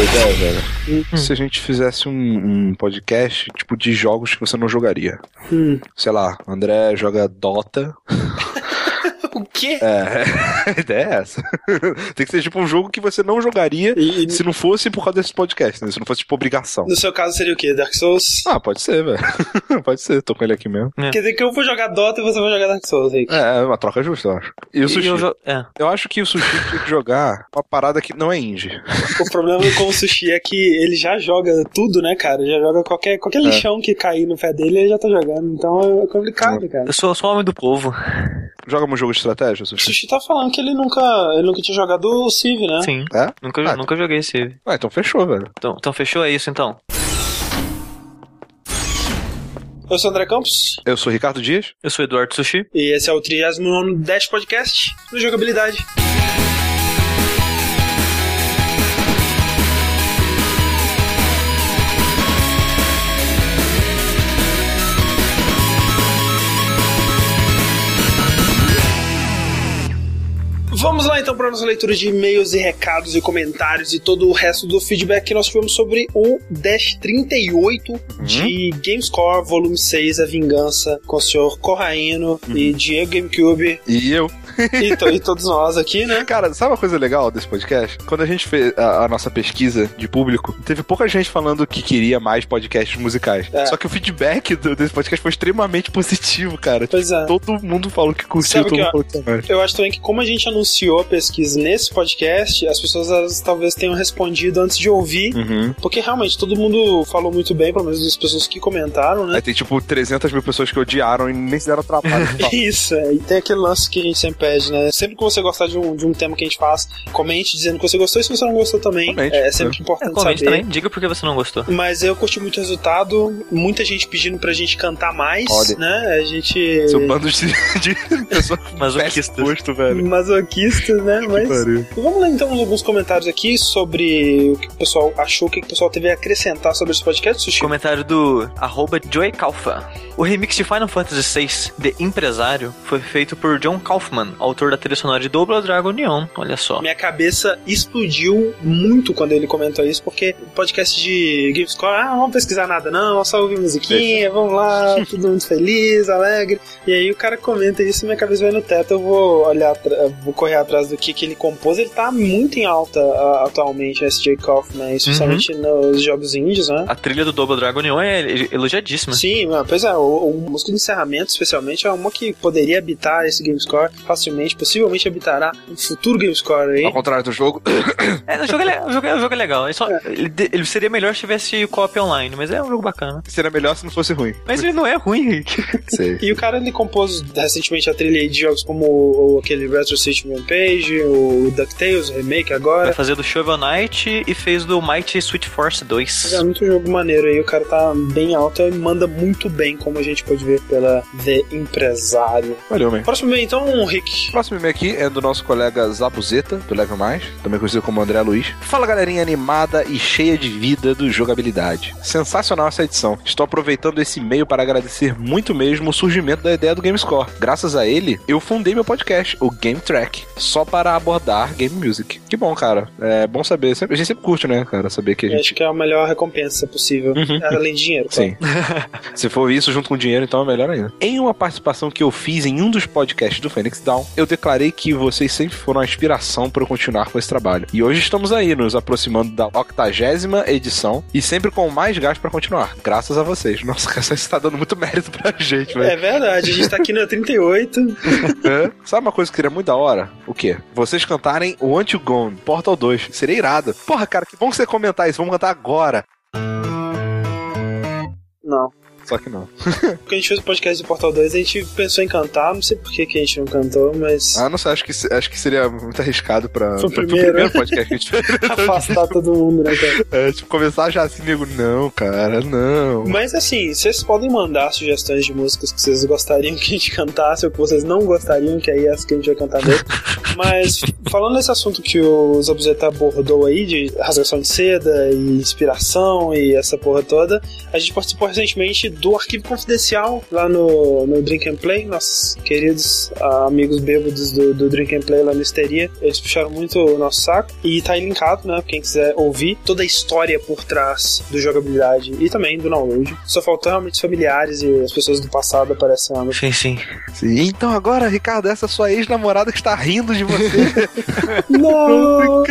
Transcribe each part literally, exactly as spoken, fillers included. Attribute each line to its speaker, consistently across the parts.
Speaker 1: boa ideia, velho? Hum. Se a gente fizesse um, um podcast, tipo, de jogos que você não jogaria.
Speaker 2: Hum.
Speaker 1: Sei lá, André joga Dota.
Speaker 2: O quê?
Speaker 1: É, a ideia é essa. Tem que ser tipo um jogo que você não jogaria e... se não fosse por causa desse podcast, né? Se não fosse tipo obrigação.
Speaker 2: No seu caso seria o quê? Dark Souls?
Speaker 1: Ah, pode ser, velho. Pode ser, tô com ele aqui mesmo.
Speaker 2: É. Quer dizer que eu vou jogar Dota e você vai jogar Dark Souls, Rick.
Speaker 1: É, é uma troca justa, eu acho. E o Sushi?
Speaker 3: E eu, jo- é.
Speaker 1: eu acho que o Sushi tinha que jogar uma parada que não é indie.
Speaker 2: O problema com o Sushi é que ele já joga tudo, né, cara? Já joga qualquer, qualquer é. lixão que cair no pé dele, ele já tá jogando. Então é complicado, é. cara.
Speaker 3: Eu sou, sou homem do povo.
Speaker 1: Joga um jogo de estratégia, Sushi?
Speaker 2: O Sushi tá falando que ele nunca, ele nunca tinha jogado o Civ, né?
Speaker 3: Sim.
Speaker 1: É?
Speaker 3: Nunca,
Speaker 1: ah,
Speaker 3: nunca joguei Civ.
Speaker 1: Ah, então fechou, velho.
Speaker 3: Então, então fechou, é isso então.
Speaker 2: Eu sou o André Campos.
Speaker 1: Eu sou o Ricardo Dias.
Speaker 3: Eu sou o Eduardo Sushi.
Speaker 2: E esse é o trigésimo nono Dash Podcast do Jogabilidade. Vamos lá então para a nossa leitura de e-mails e recados e comentários e todo o resto do feedback que nós tivemos sobre o Dash trinta e oito uhum. de GameScore Volume seis, A Vingança, com o senhor Corraino uhum. e Diego GameCube.
Speaker 1: E eu.
Speaker 2: E, to- e todos nós aqui, né?
Speaker 1: Cara, sabe uma coisa legal desse podcast? Quando a gente fez a, a nossa pesquisa de público, teve pouca gente falando que queria mais podcasts musicais. É. Só que o feedback do, desse podcast foi extremamente positivo, cara.
Speaker 2: Pois é.
Speaker 1: Todo mundo falou que curtiu, todo mundo falou que mais.
Speaker 2: Eu acho também que como a gente anunciou a pesquisa nesse podcast, as pessoas elas, talvez tenham respondido antes de ouvir,
Speaker 1: uhum.
Speaker 2: porque realmente todo mundo falou muito bem, pelo menos das pessoas que comentaram, né?
Speaker 1: Aí tem tipo trezentas mil pessoas que odiaram e nem se deram trabalho.
Speaker 2: Isso, é. E tem aquele lance que a gente sempre pede, né? Sempre que você gostar de um, de um tema que a gente faz, comente dizendo que você gostou, e se você não gostou também, comente, é sempre é. importante
Speaker 3: é, comente
Speaker 2: saber.
Speaker 3: Também. Diga por que você não gostou.
Speaker 2: Mas eu curti muito o resultado, muita gente pedindo pra gente cantar mais, Olha. né? A gente...
Speaker 1: Seu bando de, de pessoas
Speaker 3: masoquistas.
Speaker 1: Posto, velho.
Speaker 2: Masoquistas, né? Mas vamos lá então alguns comentários aqui sobre o que o pessoal achou, o que o pessoal teve a acrescentar sobre esse podcast, Sushi.
Speaker 3: Comentário do arroba Joey Kaufman. O remix de Final Fantasy seis, The Empresário, foi feito por John Kaufman, autor da trilha sonora de Double Dragon Neon. Olha só.
Speaker 2: Minha cabeça explodiu muito quando ele comentou isso, porque o podcast de GameScore, ah, não vamos pesquisar nada não, só ouvir musiquinha, vamos lá, tudo muito feliz, alegre. E aí o cara comenta isso e minha cabeça vai no teto, eu vou olhar, vou correr atrás do que, que ele compôs. Ele tá muito em alta uh, atualmente, S J Kaufman, especialmente uhum. nos jogos indies, né?
Speaker 3: A trilha do Double Dragon Neon é elogiadíssima.
Speaker 2: Sim, pois é, o, o música de encerramento, especialmente, é uma que poderia habitar esse GameScore facilmente, possivelmente habitará um futuro GameScore aí.
Speaker 1: Ao contrário do jogo.
Speaker 3: É, o jogo é, o jogo é, o jogo é legal. Ele, só, é. Ele, ele seria melhor se tivesse co-op online, mas é um jogo bacana.
Speaker 1: Seria melhor se não fosse ruim.
Speaker 3: Mas ele não é ruim, Rick.
Speaker 1: Sei.
Speaker 2: E o cara, ele compôs recentemente a trilha de jogos como o, o, aquele Retro City Rampage, o DuckTales, o remake agora.
Speaker 3: Vai fazer do Shovel Knight e fez do Mighty Sweet Force dois.
Speaker 2: É muito jogo maneiro aí, o cara tá bem alto e manda muito bem, como a gente pode ver pela The Empresário.
Speaker 1: Valeu, man.
Speaker 2: Próximo e-mail então, Rick.
Speaker 1: Próximo e-mail aqui é do nosso colega Zabuzeta, do Level Mais, também conhecido como André Luiz. Fala, galerinha animada e cheia de vida do Jogabilidade. Sensacional essa edição. Estou aproveitando esse e-mail para agradecer muito mesmo o surgimento da ideia do GameScore. Graças a ele, eu fundei meu podcast, o Game Track, só para abordar game music. Que bom, cara. É bom saber. A gente sempre curte, né, cara? Saber que a gente...
Speaker 2: Eu acho que é a melhor recompensa possível. Uhum. Além de dinheiro.
Speaker 1: Sim. Se for isso junto com dinheiro, então é melhor ainda. Em uma participação que eu fiz em um dos podcasts do Phoenix Down, eu declarei que vocês sempre foram a inspiração para eu continuar com esse trabalho. E hoje estamos aí, nos aproximando da octagésima edição e sempre com mais gás para continuar. Graças a vocês. Nossa, você está dando muito mérito pra gente, velho.
Speaker 2: É verdade. A gente tá aqui na trinta e oito.
Speaker 1: É. Sabe uma coisa que seria muito da hora? O quê? Vocês cantarem o Want You Gone, Portal dois. Seria irado. Porra, cara, que bom você comentar isso. Vamos cantar agora.
Speaker 2: Não.
Speaker 1: Só que não.
Speaker 2: Quando a gente fez o podcast do Portal dois, a gente pensou em cantar, não sei por que, que a gente não cantou, mas...
Speaker 1: Ah, não sei, acho que, acho que seria muito arriscado pra...
Speaker 2: Foi o
Speaker 1: pra,
Speaker 2: primeiro.
Speaker 1: primeiro podcast que a gente fez.
Speaker 2: Afastar todo mundo, né, cara?
Speaker 1: É, tipo, começar já assim, nego, não, cara, não.
Speaker 2: Mas assim, vocês podem mandar sugestões de músicas que vocês gostariam que a gente cantasse ou que vocês não gostariam, que aí é as que a gente vai cantar mesmo. Mas, falando nesse assunto que o Zabuzeta abordou aí, de rasgação de seda e inspiração e essa porra toda, a gente participou recentemente do Arquivo Confidencial lá no, no Drink and Play, nossos queridos uh, amigos bêbados do, do Drink and Play lá no Histeria. Eles puxaram muito o nosso saco e tá aí linkado, né? Quem quiser ouvir toda a história por trás do jogabilidade e também do download. Só faltou realmente os familiares e as pessoas do passado aparecendo.
Speaker 3: Sim, sim.
Speaker 1: Sim, então agora, Ricardo, essa sua ex-namorada que está rindo de você.
Speaker 2: Não!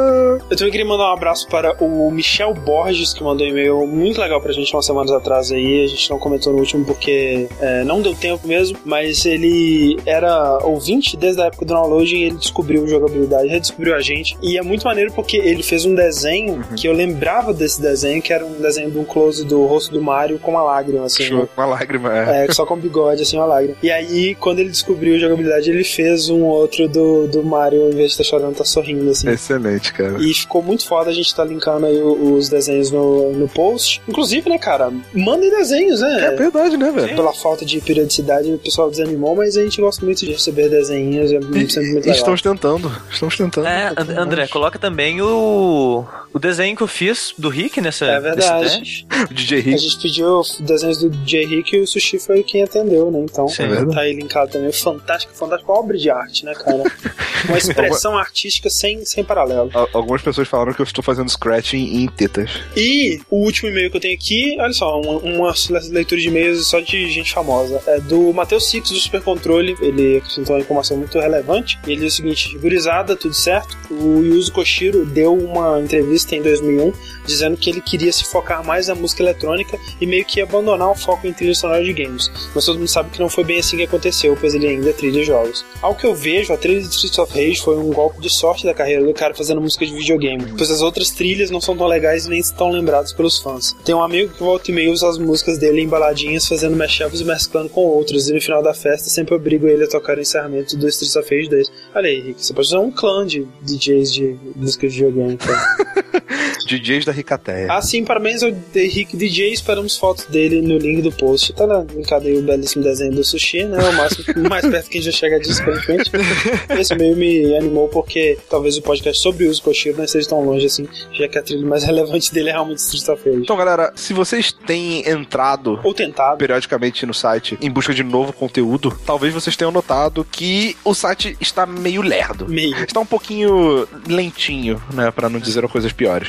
Speaker 2: Eu também queria mandar um abraço para o Michel Borges, que mandou um e-mail muito legal pra gente umas semanas atrás aí. A gente não comentou no último porque é, não deu tempo mesmo, mas ele era ouvinte desde a época do downloading e ele descobriu jogabilidade, redescobriu a gente. E é muito maneiro porque ele fez um desenho uhum. que eu lembrava desse desenho, que era um desenho de um close do rosto do Mario com uma lágrima, assim.
Speaker 1: Show,
Speaker 2: né?
Speaker 1: Uma lágrima, é.
Speaker 2: É, só com bigode, assim, uma lágrima. E aí, quando ele descobriu jogabilidade, ele fez um outro do, do Mario, em vez de estar chorando, tá sorrindo, assim.
Speaker 1: Excelente, cara.
Speaker 2: E ficou muito foda, a gente tá linkando aí os desenhos no, no post. Inclusive, né, cara, mandem desenhos, né?
Speaker 1: É verdade, né, velho?
Speaker 2: Pela falta de periodicidade, o pessoal desanimou, mas a gente gosta muito de receber desenhos, é
Speaker 1: e,
Speaker 2: sempre muito legal.
Speaker 1: Estamos tentando, estamos tentando.
Speaker 3: É, And- André, coloca também o, o desenho que eu fiz do Rick nessa
Speaker 2: É verdade.
Speaker 1: O D J Rick.
Speaker 2: A gente pediu desenhos do D J Rick e o Sushi foi quem atendeu, né? Então,
Speaker 3: Sim,
Speaker 2: tá aí linkado também. Fantástico, fantástico. Obra de arte, né, cara? Uma expressão artística sem, sem paralelo.
Speaker 1: Algumas pessoas falaram que eu estou fazendo scratching em tetas.
Speaker 2: E o último e-mail que eu tenho aqui, olha só, uma, uma leitura de e-mails só de gente famosa. É do Matheus Six, do Super Controle. Ele acrescentou uma informação muito relevante. E ele diz o seguinte: gurizada, tudo certo? O Yuzo Koshiro deu uma entrevista em dois mil e um dizendo que ele queria se focar mais na música eletrônica e meio que abandonar o foco em trilha sonora de games. Mas todo mundo sabe que não foi bem assim que aconteceu, pois ele ainda trilha jogos. Ao que eu vejo, a trilha de Streets of Rage foi um golpe de sorte da carreira do cara fazendo música de videogame, pois as outras trilhas não são tão legais e nem tão lembradas pelos fãs. Tem um amigo que volta e meia usa as músicas dele em baladinhas, fazendo mashups e mesclando com outras, e no final da festa sempre obrigo ele a tocar o encerramento do Streets of Rage dois. Olha aí, Rick, você pode usar um clã de D Js de música de videogame, então.
Speaker 1: D Js da Ricateia.
Speaker 2: Ah, sim, parabéns ao Rick D J. Esperamos fotos dele no link do post. Tá lá, linkado aí o belíssimo desenho do Sushi, né? O máximo, mais perto que a gente já chega disso, por enquanto. Esse meio me animou porque talvez o podcast sobre o Yuzo Koshiro não esteja tão longe assim, já que a trilha mais relevante dele é realmente Streets of Rage.
Speaker 1: Então, galera, se vocês têm entrado
Speaker 2: ou tentado
Speaker 1: periodicamente no site em busca de novo conteúdo, talvez vocês tenham notado que o site está meio lerdo.
Speaker 2: Meio.
Speaker 1: Está um pouquinho lentinho, né? Pra não dizer coisas piores.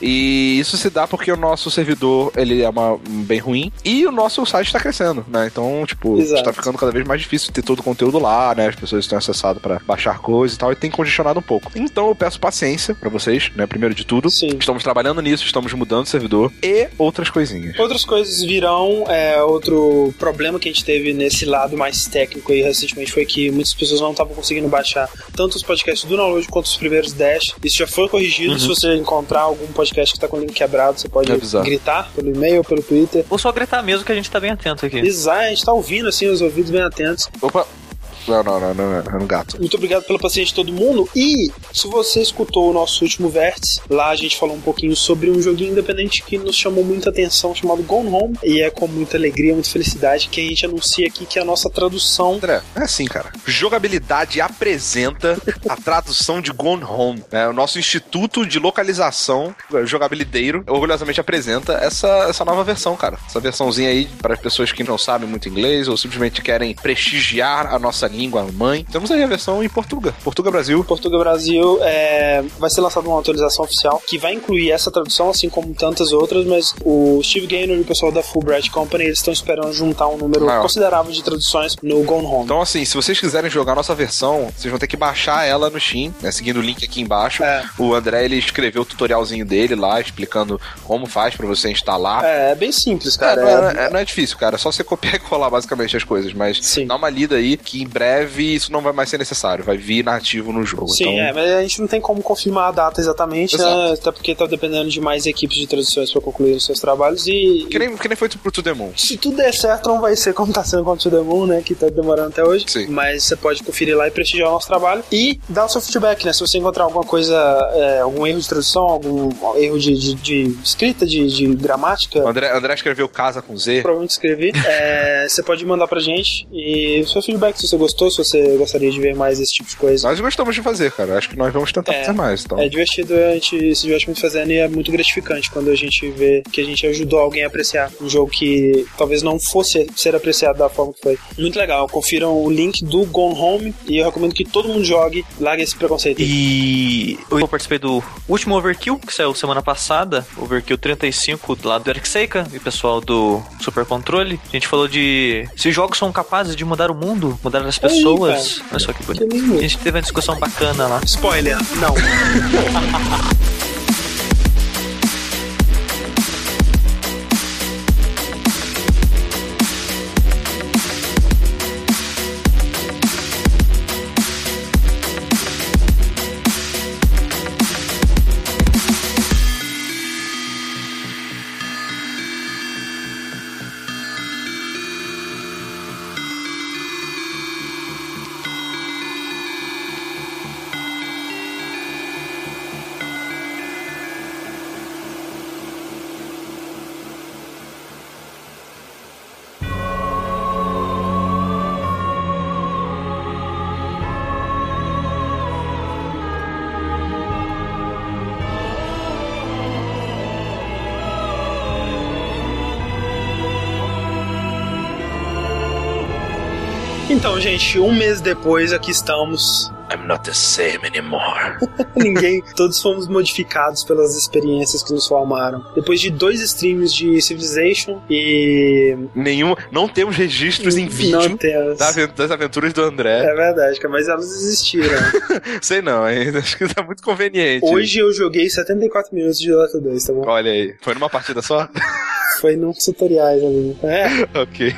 Speaker 1: E isso se dá porque o nosso servidor, ele é uma, bem ruim e o nosso site está crescendo, né? Então, tipo,
Speaker 2: Exato.
Speaker 1: está ficando cada vez mais difícil ter todo o conteúdo lá, né? As pessoas estão acessado para baixar coisas e tal, e tem congestionado um pouco. Então eu peço paciência pra vocês, né? Primeiro de tudo.
Speaker 2: Sim.
Speaker 1: Estamos trabalhando nisso, estamos mudando o servidor e outras coisinhas.
Speaker 2: Outras coisas virão. É, outro problema que a gente teve nesse lado mais técnico aí recentemente foi que muitas pessoas não estavam conseguindo baixar tanto os podcasts do download quanto os primeiros Dash. Isso já foi corrigido. Uhum. Se você encontrar algum podcast que tá com o link quebrado, você pode
Speaker 1: avisar.
Speaker 2: Gritar pelo e-mail, pelo Twitter.
Speaker 3: Ou só gritar mesmo, que a gente tá bem atento aqui.
Speaker 2: Exato, a gente tá ouvindo assim, os ouvidos bem atentos.
Speaker 1: Opa! Não, não, não, não, não, é um gato.
Speaker 2: Muito obrigado pela paciência de todo mundo. E se você escutou o nosso último vértice, lá a gente falou um pouquinho sobre um joguinho independente que nos chamou muita atenção, chamado Gone Home. E é com muita alegria, muita felicidade que a gente anuncia aqui que é a nossa tradução.
Speaker 1: André, é assim, cara. Jogabilidade apresenta a tradução de Gone Home. É, o nosso Instituto de Localização Jogabilideiro orgulhosamente apresenta essa, essa nova versão, cara. Essa versãozinha aí para as pessoas que não sabem muito inglês ou simplesmente querem prestigiar a nossa língua mãe. Temos aí a versão em Portuga. Portuga Brasil.
Speaker 2: Portuga Brasil é, vai ser lançada uma atualização oficial que vai incluir essa tradução, assim como tantas outras, mas o Steve Gaynor e o pessoal da Fulbright Company, eles estão esperando juntar um número ah, considerável de traduções no Gone Home.
Speaker 1: Então, assim, se vocês quiserem jogar a nossa versão, vocês vão ter que baixar ela no Steam, né, seguindo o link aqui embaixo. É. O André, ele escreveu o tutorialzinho dele lá, explicando como faz pra você instalar.
Speaker 2: É, é bem simples, cara.
Speaker 1: É, não, é, é, não é difícil, cara. É só você copiar e colar basicamente as coisas, mas Sim. dá uma lida aí que em breve isso não vai mais ser necessário, vai vir nativo no jogo.
Speaker 2: Sim, então... é, mas a gente não tem como confirmar a data exatamente, né, até porque tá dependendo de mais equipes de traduções pra concluir os seus trabalhos e...
Speaker 1: Que nem, que nem foi pro To The Moon.
Speaker 2: Se tudo der certo, não vai ser como tá sendo com o To The Moon, né, que tá demorando até hoje.
Speaker 1: Sim.
Speaker 2: Mas você pode conferir lá e prestigiar o nosso trabalho e dar o seu feedback, né, se você encontrar alguma coisa, é, algum erro de tradução, algum erro de, de, de escrita, de, de gramática...
Speaker 1: O André, André escreveu casa com Z.
Speaker 2: Provavelmente escrevi. é, você pode mandar pra gente e o seu feedback, se você gostou gostou, se você gostaria de ver mais esse tipo de coisa.
Speaker 1: Nós gostamos de fazer, cara. Acho que nós vamos tentar
Speaker 2: é,
Speaker 1: fazer mais. Então.
Speaker 2: É divertido, a gente se diverte muito fazendo e é muito gratificante quando a gente vê que a gente ajudou alguém a apreciar um jogo que talvez não fosse ser apreciado da forma que foi. Muito legal. Confiram o link do Gone Home e eu recomendo que todo mundo jogue. Larga esse preconceito.
Speaker 3: E eu participei do último Overkill, que saiu semana passada. Overkill trinta e cinco, lá do Eric Seika e o pessoal do Super Controle. A gente falou de se jogos são capazes de mudar o mundo, mudar as pessoas. Aí, olha só que bonito. Que a gente teve uma discussão bacana lá.
Speaker 2: Spoiler, não. Então, gente, um mês depois, aqui estamos.
Speaker 1: I'm not the same anymore.
Speaker 2: Ninguém, todos fomos modificados pelas experiências que nos formaram. Depois de dois streams de Civilization e...
Speaker 1: Nenhum, não temos registros em vídeo
Speaker 2: não temos.
Speaker 1: das aventuras do André.
Speaker 2: É verdade, mas elas existiram.
Speaker 1: Sei não, ainda acho que tá muito conveniente.
Speaker 2: Hoje eu joguei setenta e quatro minutos de Dota dois, tá bom?
Speaker 1: Olha aí, foi numa partida só?
Speaker 2: Foi nos tutoriais ali. É.
Speaker 1: Ok.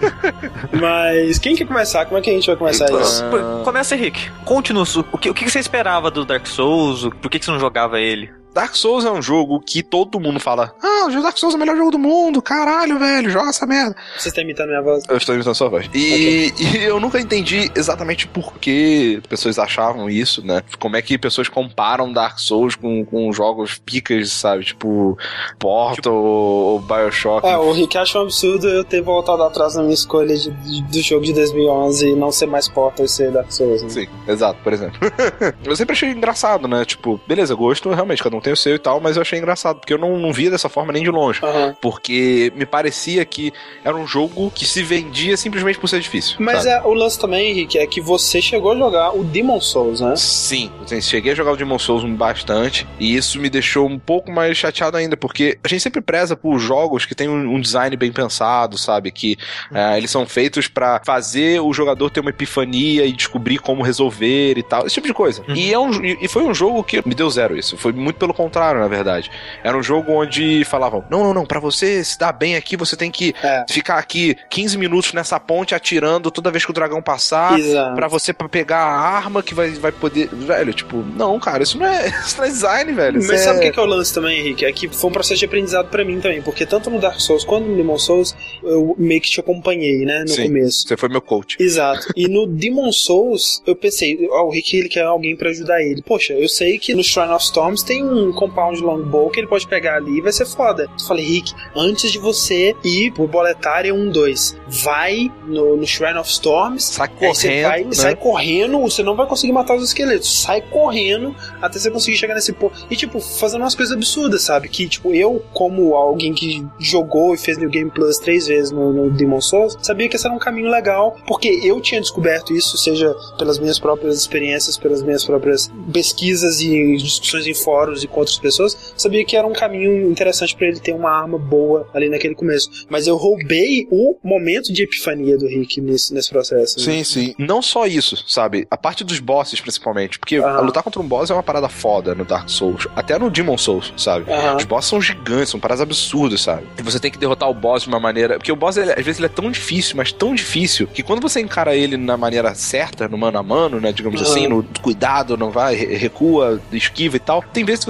Speaker 2: Mas quem quer começar? Como é que a gente vai começar
Speaker 3: então,
Speaker 2: isso?
Speaker 3: Começa, Henrique. Conte-nos, o que, o que você esperava do Dark Souls? Por que você não jogava ele?
Speaker 1: Dark Souls é um jogo que todo mundo fala: ah, o Dark Souls é o melhor jogo do mundo, caralho, velho, joga essa merda.
Speaker 2: Você está imitando minha voz?
Speaker 1: Eu estou imitando sua voz. E, okay. e eu nunca entendi exatamente por que pessoas achavam isso, né? Como é que pessoas comparam Dark Souls com, com jogos picas, sabe? Tipo Portal tipo... ou Bioshock.
Speaker 2: É, o Rick acha um absurdo eu ter voltado atrás na minha escolha de, de, do jogo de dois mil e onze e não ser mais Portal e ser Dark Souls, né?
Speaker 1: Sim, exato, por exemplo. Eu sempre achei engraçado, né? Tipo, beleza, gosto, realmente, cada um tem o seu e tal, mas eu achei engraçado, porque eu não, não via dessa forma nem de longe. Uhum. Porque me parecia que era um jogo que se vendia simplesmente por ser difícil.
Speaker 2: Mas é, o lance também, Henrique, é que você chegou a jogar o Demon Souls, né?
Speaker 1: Sim, assim, cheguei a jogar o Demon Souls bastante, e isso me deixou um pouco mais chateado ainda, porque a gente sempre preza por jogos que tem um, um design bem pensado, sabe? Que uhum. uh, eles são feitos pra fazer o jogador ter uma epifania e descobrir como resolver e tal, esse tipo de coisa. Uhum. E, é um, e foi um jogo que me deu zero isso, foi muito pelo contrário, na verdade. Era um jogo onde falavam, não, não, não, pra você se dar bem aqui, você tem que é. ficar aqui quinze minutos nessa ponte atirando toda vez que o dragão passar. Exato. Pra você pegar a arma que vai, vai poder... Velho, tipo, não, cara, isso não é, isso não é design, velho.
Speaker 2: Mas
Speaker 1: isso
Speaker 2: sabe o
Speaker 1: é...
Speaker 2: que é o lance também, Henrique? É que foi um processo de aprendizado pra mim também, porque tanto no Dark Souls quanto no Demon Souls, eu meio que te acompanhei, né, no
Speaker 1: Sim,
Speaker 2: começo.
Speaker 1: Você foi meu coach.
Speaker 2: Exato. E no Demon Souls, eu pensei, ó, oh, o Rick, ele quer alguém pra ajudar ele. Poxa, eu sei que no Shrine of Storms tem um compound longbow que ele pode pegar ali e vai ser foda. Eu falei, Rick, antes de você ir pro Boletária um dois, vai no, no Shrine of Storms,
Speaker 1: sai correndo,
Speaker 2: você vai,
Speaker 1: né?
Speaker 2: sai correndo, você não vai conseguir matar os esqueletos, sai correndo até você conseguir chegar nesse ponto. E tipo, fazendo umas coisas absurdas, sabe? Que tipo, eu, como alguém que jogou e fez New Game Plus três vezes no, no Demon Souls, sabia que esse era um caminho legal, porque eu tinha descoberto isso, seja pelas minhas próprias experiências, pelas minhas próprias pesquisas e discussões em fóruns e com outras pessoas, sabia que era um caminho interessante pra ele ter uma arma boa ali naquele começo. Mas eu roubei o momento de epifania do Rick nesse, nesse processo. Né?
Speaker 1: Sim, sim. Não só isso, sabe? A parte dos bosses, principalmente. Porque uhum. a lutar contra um boss é uma parada foda no Dark Souls. Até no Demon Souls, sabe? Uhum. Os bosses são gigantes, são paradas absurdas, sabe? E você tem que derrotar o boss de uma maneira... Porque o boss, ele, às vezes, ele é tão difícil, mas tão difícil, que quando você encara ele na maneira certa, no mano a mano, né? Digamos uhum. assim, no cuidado, não vai, recua, esquiva e tal, tem vezes que você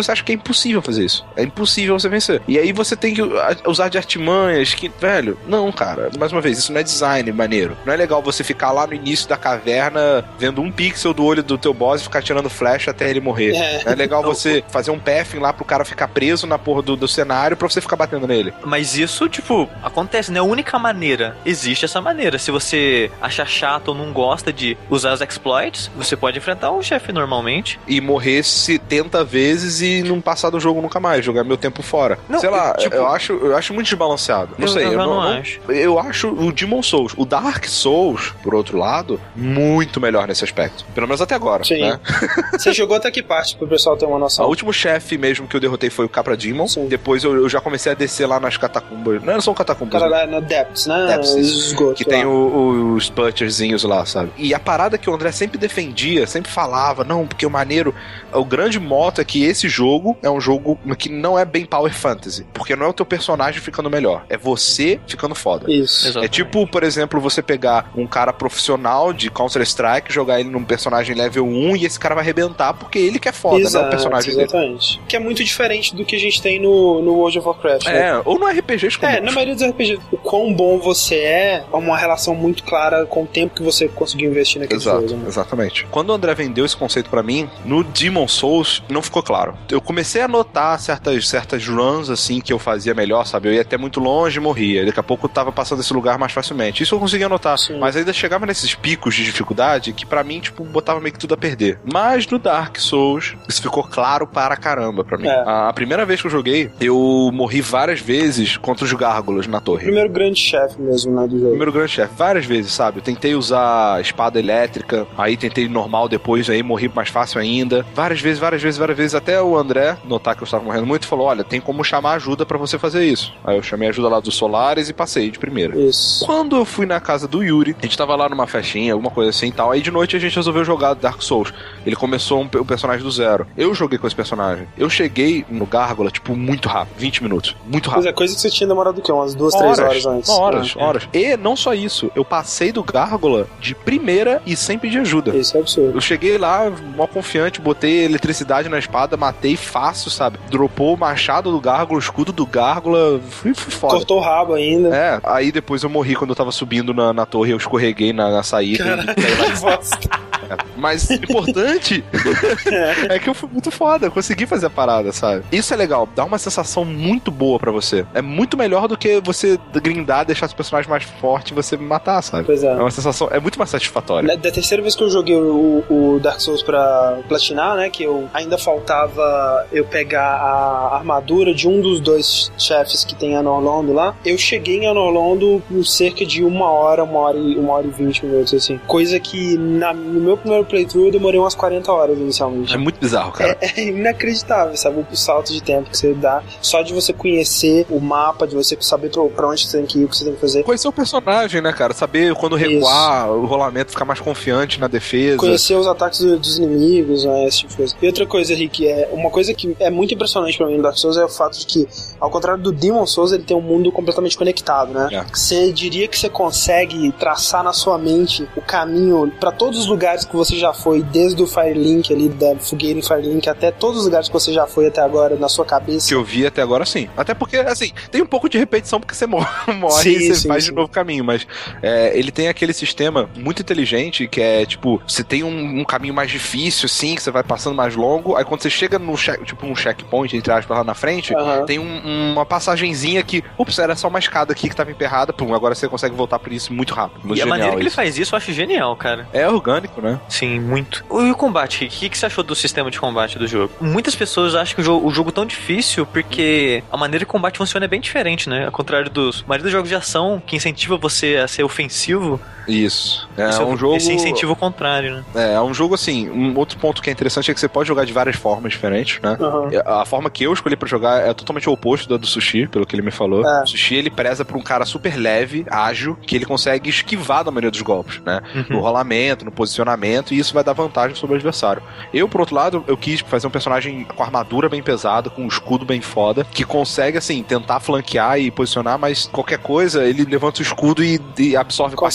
Speaker 1: você acha que é impossível fazer isso. É impossível você vencer. E aí você tem que usar de artimanhas que, velho, não, cara, mais uma vez, isso não é design maneiro. Não é legal você ficar lá no início da caverna vendo um pixel do olho do teu boss e ficar tirando flecha até ele morrer. É, não é legal você fazer um pathing lá pro cara ficar preso na porra do, do cenário pra você ficar batendo nele.
Speaker 3: Mas isso, tipo, acontece, não é a única maneira. Existe essa maneira. Se você achar chato ou não gosta de usar os exploits, você pode enfrentar um chefe normalmente.
Speaker 1: E morrer setenta vezes e não passar do jogo nunca mais, jogar meu tempo fora. Não, sei lá, tipo, eu, acho, eu acho muito desbalanceado. Não eu, sei, eu, eu não, não acho. Não, eu acho o Demon Souls, o Dark Souls, por outro lado, muito melhor nesse aspecto. Pelo menos até agora. Sim. Né?
Speaker 2: Você jogou até que parte, pro pessoal ter uma noção?
Speaker 1: O último chefe mesmo que eu derrotei foi o Capra Demon. Sim. Depois eu, eu já comecei a descer lá nas catacumbas. Não, não são catacumbas.
Speaker 2: Cara, né? Na Depths, né?
Speaker 1: Depths, esgoto, que lá. Tem o, o, os butcherzinhos lá, sabe? E a parada que o André sempre defendia, sempre falava, não, porque o maneiro... O grande moto é que esse jogo é um jogo que não é bem Power Fantasy. Porque não é o teu personagem ficando melhor. É você ficando foda.
Speaker 2: Isso.
Speaker 1: Exatamente. É tipo, por exemplo, você pegar um cara profissional de Counter-Strike, jogar ele num personagem level um e esse cara vai arrebentar porque ele que é foda,
Speaker 2: exato,
Speaker 1: não é o personagem
Speaker 2: exatamente.
Speaker 1: dele.
Speaker 2: Que é muito diferente do que a gente tem no, no World of Warcraft.
Speaker 1: É,
Speaker 2: né?
Speaker 1: ou no R P Gs como
Speaker 2: É, na maioria dos R P Gs. O quão bom você é é uma relação muito clara com o tempo que você conseguiu investir naquele
Speaker 1: Exato,
Speaker 2: jogo. Né?
Speaker 1: Exatamente. Quando o André vendeu esse conceito pra mim, no Demon Souls não ficou claro. Eu comecei a notar certas, certas runs assim que eu fazia melhor, sabe? Eu ia até muito longe e morria. Daqui a pouco eu tava passando esse lugar mais facilmente. Isso eu conseguia notar. Sim. Mas ainda chegava nesses picos de dificuldade que pra mim, tipo, botava meio que tudo a perder. Mas no Dark Souls, isso ficou claro para caramba pra mim. É. A, a primeira vez que eu joguei, eu morri várias vezes contra os gárgulas na torre.
Speaker 2: Primeiro grande chefe mesmo, né, do jogo.
Speaker 1: Primeiro grande chefe. Várias vezes, sabe? Eu tentei usar espada elétrica, aí tentei normal depois, aí morri mais fácil ainda. Várias vezes, várias vezes, várias vezes, até o André notar que eu estava morrendo muito, falou, olha, tem como chamar ajuda pra você fazer isso. Aí eu chamei ajuda lá dos Solares e passei de primeira.
Speaker 2: Isso.
Speaker 1: Quando eu fui na casa do Yuri, a gente tava lá numa festinha, alguma coisa assim e tal, aí de noite a gente resolveu jogar Dark Souls. Ele começou um, um personagem do zero. Eu joguei com esse personagem. Eu cheguei no Gárgula, tipo, muito rápido. vinte minutos. Muito rápido.
Speaker 2: Pois é, coisa que você tinha demorado o quê? Umas duas, horas, três horas antes.
Speaker 1: Horas,
Speaker 2: ah,
Speaker 1: horas. É. E não só isso, eu passei do Gárgula de primeira e sem pedir ajuda.
Speaker 2: Isso é absurdo.
Speaker 1: Eu cheguei lá, mó confiante, botei eletricidade na espada, matei fácil, sabe? Dropou o machado do Gárgula, o escudo do Gárgula, fui, fui foda.
Speaker 2: Cortou o rabo ainda.
Speaker 1: É, aí depois eu morri quando eu tava subindo na, na torre, eu escorreguei na, na saída.
Speaker 2: Caralho, que bosta.
Speaker 1: Mas o importante é. é que eu fui muito foda, eu consegui fazer a parada, sabe? Isso é legal, dá uma sensação muito boa pra você. É muito melhor do que você grindar, deixar seu personagem mais forte e você me matar, sabe?
Speaker 2: Pois é.
Speaker 1: É uma sensação, é muito mais satisfatória.
Speaker 2: Da terceira vez que eu joguei o, o Dark Souls pra platinar, né, que eu ainda faltava eu pegar a armadura de um dos dois chefes que tem em Anorlondo lá, eu cheguei em Anorlondo em cerca de uma hora, uma hora e, uma hora e vinte minutos, assim. Coisa que na, no meu primeiro playthrough eu demorei umas quarenta horas inicialmente.
Speaker 1: É muito bizarro, cara.
Speaker 2: É, é inacreditável, sabe? O salto de tempo que você dá só de você conhecer o mapa, de você saber pra onde você tem que ir, o que você tem que fazer.
Speaker 1: Conhecer o personagem, né, cara? Saber quando recuar, isso. O rolamento, ficar mais confiante na defesa.
Speaker 2: Conhecer os ataques do, dos inimigos, né? Esse tipo de coisa. E outra coisa, Rick, é uma coisa que é muito impressionante pra mim no Dark Souls é o fato de que, ao contrário do Demon Souls, ele tem um mundo completamente conectado, né? É. Você diria que você consegue traçar na sua mente o caminho pra todos os lugares que você já foi, desde o Firelink ali, da fogueira em Firelink, até todos os lugares que você já foi até agora, na sua cabeça.
Speaker 1: Que eu vi até agora, sim. Até porque, assim, tem um pouco de repetição porque você morre, morre sim, e você sim, faz sim. de novo caminho, mas é, ele tem aquele sistema muito inteligente que é, tipo, você tem um, um caminho mais difícil, sim, que você vai passando mais longo, aí quando você chega no, check, tipo, um checkpoint, entre aspas, lá na frente, uhum. tem um, uma passagenzinha que, ups, era só uma escada aqui que tava emperrada, pum, agora você consegue voltar por isso muito rápido. Muito
Speaker 3: e a maneira que
Speaker 1: isso.
Speaker 3: ele faz isso eu acho genial, cara.
Speaker 1: É orgânico, né?
Speaker 3: Sim, muito. E o combate, o que, que você achou do sistema de combate do jogo? Muitas pessoas acham que o jogo, o jogo é tão difícil porque a maneira que o combate funciona é bem diferente, né? Ao contrário dos... A maioria dos jogos de ação que incentiva você a ser ofensivo.
Speaker 1: Isso. É
Speaker 3: Isso
Speaker 1: um jogo...
Speaker 3: Esse incentivo contrário, né?
Speaker 1: É, é um jogo assim, um outro ponto que é interessante é que você pode jogar de várias formas diferentes, né? Uhum. A forma que eu escolhi pra jogar é totalmente o oposto da do Sushi, pelo que ele me falou. É. O Sushi, ele preza por um cara super leve, ágil, que ele consegue esquivar da maioria dos golpes, né? Uhum. No rolamento, no posicionamento, e isso vai dar vantagem sobre o adversário. Eu, por outro lado, eu quis fazer um personagem com armadura bem pesada, com um escudo bem foda, que consegue, assim, tentar flanquear e posicionar, mas qualquer coisa, ele levanta o escudo e, e absorve
Speaker 2: consegue,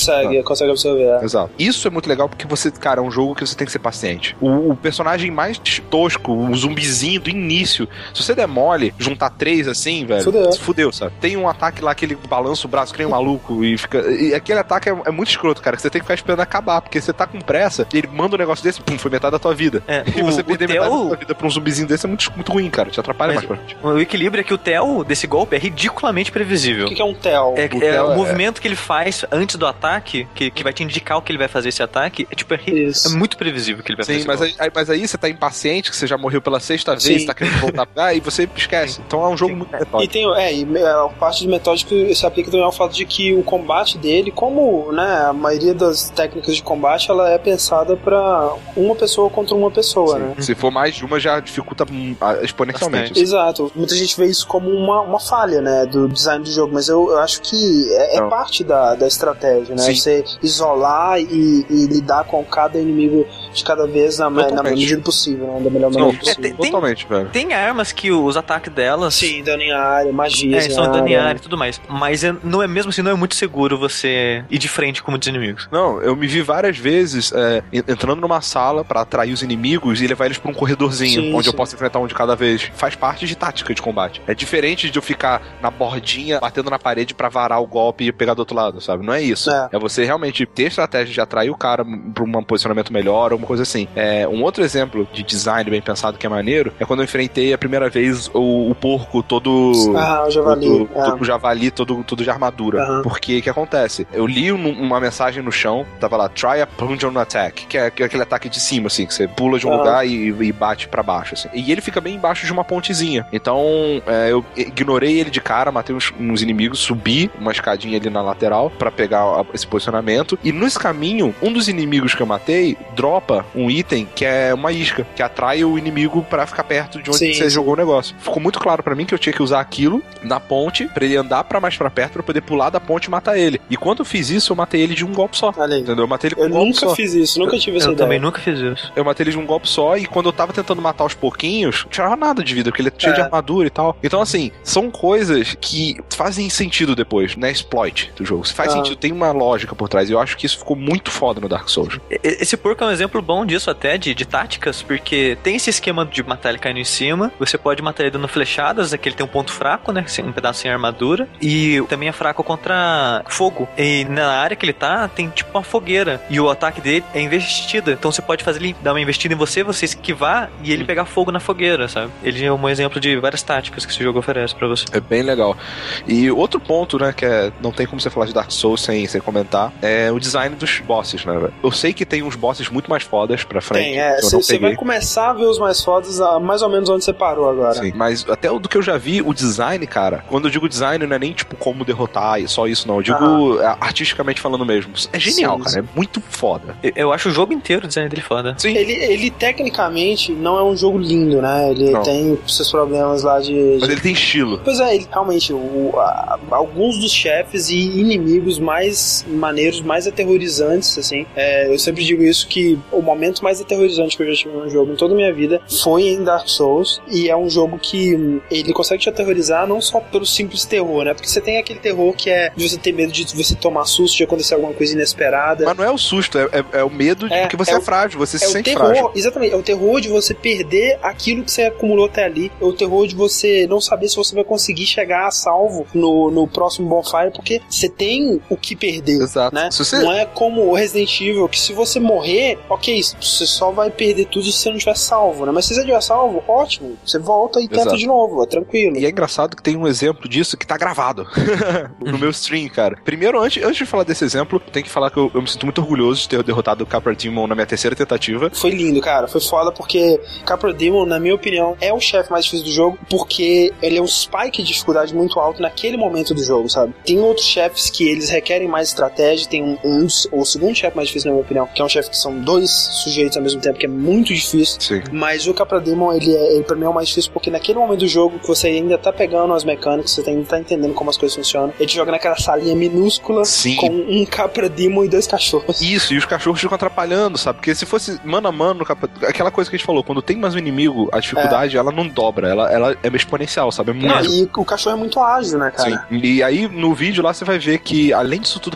Speaker 2: consegue absorver.
Speaker 1: Exato. Isso é muito legal porque você, cara, é um jogo que você tem que ser paciente. O, o personagem mais tosco, o zumbizinho do início, se você der mole, juntar três assim, velho,
Speaker 2: fudeu.
Speaker 1: fudeu, sabe? Tem um ataque lá que ele balança o braço que nem um maluco e fica... E aquele ataque é, é muito escroto, cara, que você tem que ficar esperando acabar, porque você tá com pressa e ele manda um negócio desse, pum, foi metade da tua vida.
Speaker 3: É,
Speaker 1: e
Speaker 3: o,
Speaker 1: você perder metade
Speaker 3: Theo...
Speaker 1: da tua vida pra um zumbizinho desse é muito, muito ruim, cara. Te atrapalha
Speaker 3: Mas
Speaker 1: mais pra frente.
Speaker 3: O equilíbrio é que o Theo desse golpe é ridiculamente previsível.
Speaker 2: O que, que é um Theo?
Speaker 3: É,
Speaker 1: O,
Speaker 3: é,
Speaker 1: Theo
Speaker 3: o
Speaker 1: é...
Speaker 3: movimento que ele faz antes do ataque, que, que vai te indicar o que ele vai fazer esse ataque, é tipo, é, é muito previsível que ele vai
Speaker 1: Sim,
Speaker 3: fazer.
Speaker 1: mas aí, aí, mas aí você tá impaciente, que você já morreu pela sexta
Speaker 2: Sim.
Speaker 1: vez, tá querendo voltar pra cá, e você esquece. Então é um jogo
Speaker 3: Sim.
Speaker 1: muito metódico.
Speaker 2: E tem, é, e a parte de metódico se aplica também ao fato de que o combate dele, como, né, a maioria das técnicas de combate, ela é pensada pra uma pessoa contra uma pessoa,
Speaker 1: Sim.
Speaker 2: né?
Speaker 1: Se for mais de uma, já dificulta exponencialmente. Assim.
Speaker 2: Exato. Muita gente vê isso como uma, uma falha, né, do design do jogo, mas eu, eu acho que é, é parte da, da estratégia, né?
Speaker 1: Sim.
Speaker 2: Você isolar e, e lidar com cada inimigo de cada vez na, na medida possível, né? Da melhor maneira
Speaker 1: Não,
Speaker 2: possível.
Speaker 3: É, tem,
Speaker 1: totalmente, velho.
Speaker 3: Tem armas que os ataques delas...
Speaker 2: Sim, dano em área, magia.
Speaker 3: É, são dano em área e tudo mais. Mas é, não é mesmo assim, não é muito seguro você ir de frente com muitos inimigos.
Speaker 1: Não, eu me vi várias vezes é, entrando numa sala pra atrair os inimigos e levar eles pra um corredorzinho,
Speaker 2: sim,
Speaker 1: onde
Speaker 2: sim.
Speaker 1: eu posso enfrentar um de cada vez. Faz parte de tática de combate. É diferente de eu ficar na bordinha, batendo na parede pra varar o golpe e pegar do outro lado, sabe? Não é isso.
Speaker 2: É,
Speaker 1: é você realmente ter estratégia de atrair o cara pra um posicionamento melhor, alguma coisa assim. É, um outro exemplo de design bem pensado que é maneiro é quando eu enfrentei a primeira vez o, o porco todo...
Speaker 2: Ah, o javali.
Speaker 1: Todo,
Speaker 2: é.
Speaker 1: todo, o javali todo, todo de armadura. Uhum. Porque o que acontece? Eu li um, uma mensagem no chão, tava lá, try a plunge on attack, que é, que é aquele ataque de cima, assim, que você pula de um uhum. lugar e, e bate pra baixo, assim. E ele fica bem embaixo de uma pontezinha. Então, é, eu ignorei ele de cara, matei uns, uns inimigos, subi uma escadinha ali na lateral pra pegar a, esse posicionamento. E nesse caminho, um dos inimigos que eu matei dropa um item que é uma isca, que atrai o inimigo pra ficar perto de onde sim, você sim. jogou o negócio. Ficou muito claro pra mim que eu tinha que usar aquilo na ponte pra ele andar pra mais pra perto pra poder pular da ponte e matar ele. E quando eu fiz isso, eu matei ele de um golpe só.
Speaker 2: Ali.
Speaker 1: Entendeu? Eu matei ele com
Speaker 2: eu
Speaker 1: um golpe
Speaker 2: nunca
Speaker 1: só.
Speaker 2: fiz isso, nunca tive essa
Speaker 3: eu
Speaker 2: ideia.
Speaker 3: Eu também nunca fiz isso.
Speaker 1: Eu matei ele de um golpe só e quando eu tava tentando matar aos pouquinhos, não tirava nada de vida, porque ele é cheio é. de armadura e tal. Então, assim, são coisas que fazem sentido depois, né? Exploit do jogo. Se faz ah. sentido, tem uma lógica por trás. E eu acho que isso ficou muito foda no Dark Souls.
Speaker 3: Esse porco é um exemplo bom disso até, de, de táticas, porque tem esse esquema de matar ele caindo em cima, você pode matar ele dando flechadas, é que ele tem um ponto fraco, né? Um pedaço sem armadura, e também é fraco contra fogo. E na área que ele tá, tem tipo uma fogueira, e o ataque dele é investida, então você pode fazer ele dar uma investida em você, você esquivar e ele pegar fogo na fogueira, sabe? Ele é um exemplo de várias táticas que esse jogo oferece pra você.
Speaker 1: É bem legal. E outro ponto, né, que é, não tem como você falar de Dark Souls sem, sem comentar, é o design dos bosses, né, velho? Eu sei que tem uns bosses muito mais fodas pra frente.
Speaker 2: Tem, é, você vai começar a ver os mais fodas mais ou menos onde você parou agora.
Speaker 1: Sim, mas até do que eu já vi, o design, cara, quando eu digo design, não é nem tipo como derrotar e só isso, não. Eu digo ah. artisticamente falando mesmo. É genial, sim, cara. Sim. É muito foda.
Speaker 3: Eu, eu acho o jogo inteiro o design dele foda.
Speaker 2: Sim. Ele, ele tecnicamente não é um jogo lindo, né? Ele não. tem seus problemas lá de, de...
Speaker 1: Mas ele tem estilo.
Speaker 2: Pois é, ele, realmente, o, a, alguns dos chefes e inimigos mais maneiros, mais aterrorizantes, assim. É, eu sempre digo isso, que o momento mais aterrorizante que eu já tive num jogo em toda a minha vida foi em Dark Souls, e é um jogo que ele consegue te aterrorizar não só pelo simples terror, né? Porque você tem aquele terror que é de você ter medo de você tomar susto, de acontecer alguma coisa inesperada.
Speaker 1: Mas não é o susto, é, é, é o medo de
Speaker 2: é,
Speaker 1: que você
Speaker 2: é,
Speaker 1: é frágil, você
Speaker 2: é
Speaker 1: se
Speaker 2: o
Speaker 1: sente
Speaker 2: terror,
Speaker 1: frágil.
Speaker 2: Exatamente, é o terror de você perder aquilo que você acumulou até ali, é o terror de você não saber se você vai conseguir chegar a salvo no, no próximo bonfire, porque você tem o que perder.
Speaker 1: Exato.
Speaker 2: Né?
Speaker 1: Você...
Speaker 2: Não é como o Resident Evil, que se você morrer, ok, você só vai perder tudo se você não tiver salvo, né? Mas se você tiver salvo, ótimo, você volta e tenta Exato. de novo, é tranquilo.
Speaker 1: E é engraçado que tem um exemplo disso que tá gravado no meu stream, cara. Primeiro, antes, antes de falar desse exemplo, tem que falar que eu, eu me sinto muito orgulhoso de ter derrotado o Capra Demon na minha terceira tentativa.
Speaker 2: Foi lindo, cara, foi foda porque Capra Demon, na minha opinião, é o chefe mais difícil do jogo, porque ele é um spike de dificuldade muito alto naquele momento do jogo, sabe? Tem outros chefes que eles requerem mais estratégia, tem um, um o segundo chefe mais difícil, na minha opinião, que é um chefe que são dois sujeitos ao mesmo tempo, que é muito difícil.
Speaker 1: Sim.
Speaker 2: Mas o Capra Demon, ele, é, ele pra mim é o mais difícil, porque naquele momento do jogo que você ainda tá pegando as mecânicas, você ainda tá entendendo como as coisas funcionam, ele te joga naquela salinha minúscula Sim. com um Capra Demon e dois cachorros.
Speaker 1: Isso, e os cachorros ficam atrapalhando, sabe? Porque se fosse mano a mano no Capra... aquela coisa que a gente falou, quando tem mais um inimigo, a dificuldade, é. ela não dobra, ela, ela é exponencial, sabe? É muito...
Speaker 2: Não, e o cachorro é muito ágil, né, cara?
Speaker 1: Sim. E aí, no vídeo lá, você vai ver que, além disso tudo, pra ficar mais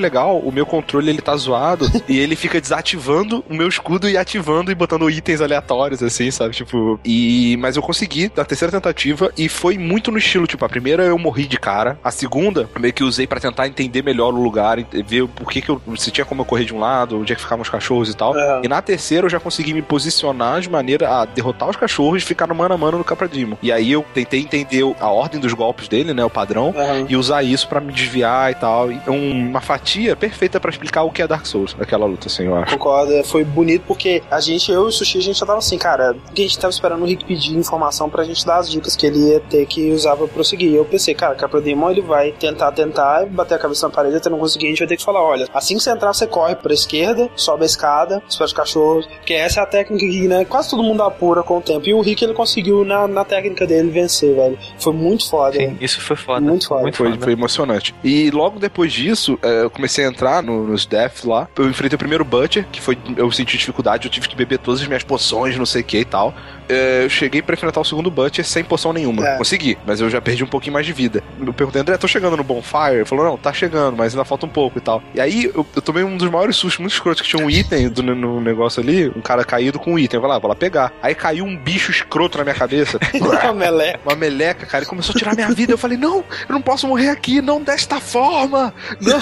Speaker 1: legal, o meu controle ele tá zoado e ele fica desativando o meu escudo e ativando e botando itens aleatórios, assim, sabe? Tipo, e... Mas eu consegui na terceira tentativa e foi muito no estilo, tipo, a primeira eu morri de cara, a segunda eu meio que usei pra tentar entender melhor o lugar, ver por que que eu... se tinha como eu correr de um lado, onde é que ficavam os cachorros e tal. É. E na terceira eu já consegui me posicionar de maneira a derrotar os cachorros e ficar no mano a mano no Capradimo. E aí eu tentei entender a ordem dos golpes dele, né, o padrão, uhum. e usar isso pra me desviar e tal. E uma fatia perfeita pra explicar o que é Dark Souls, aquela luta, assim, eu acho.
Speaker 2: Concordo, foi bonito porque a gente, eu e o Sushi, a gente já tava assim, cara, porque a gente tava esperando o Rick pedir informação pra gente dar as dicas que ele ia ter que usar pra prosseguir. E eu pensei, cara, o Caprademon, ele vai tentar, tentar, bater a cabeça na parede até não conseguir, a gente vai ter que falar, olha, assim que você entrar, você corre pra esquerda, sobe a escada, espera os cachorros, porque essa é a técnica que, né, quase todo mundo apura com o tempo. E o Rick, ele conseguiu, na, na técnica dele, vencer, velho. Foi muito foda.
Speaker 3: Sim, isso foi foda.
Speaker 2: Muito foda.
Speaker 1: Muito foi, foi emocionante. E logo depois disso, eu comecei a entrar no, nos deaths lá. Eu enfrentei o primeiro Butcher, que foi, eu senti dificuldade, eu tive que beber todas as minhas poções, não sei o que e tal. Eu cheguei pra enfrentar o segundo Butcher sem poção nenhuma. É. Consegui, mas eu já perdi um pouquinho mais de vida. Eu perguntei, André, tô chegando no Bonfire? Ele falou, não, tá chegando, mas ainda falta um pouco e tal. E aí, eu, eu tomei um dos maiores sustos muito escrotos, que tinha um item do, no negócio ali, um cara caído com um item. Eu falei, ah, vou lá pegar. Aí caiu um bicho escroto na minha cabeça.
Speaker 2: Uma meleca.
Speaker 1: Uma meleca, cara. Ele começou a tirar minha vida. Eu falei, não, eu não posso morrer aqui, não desta forma. Não.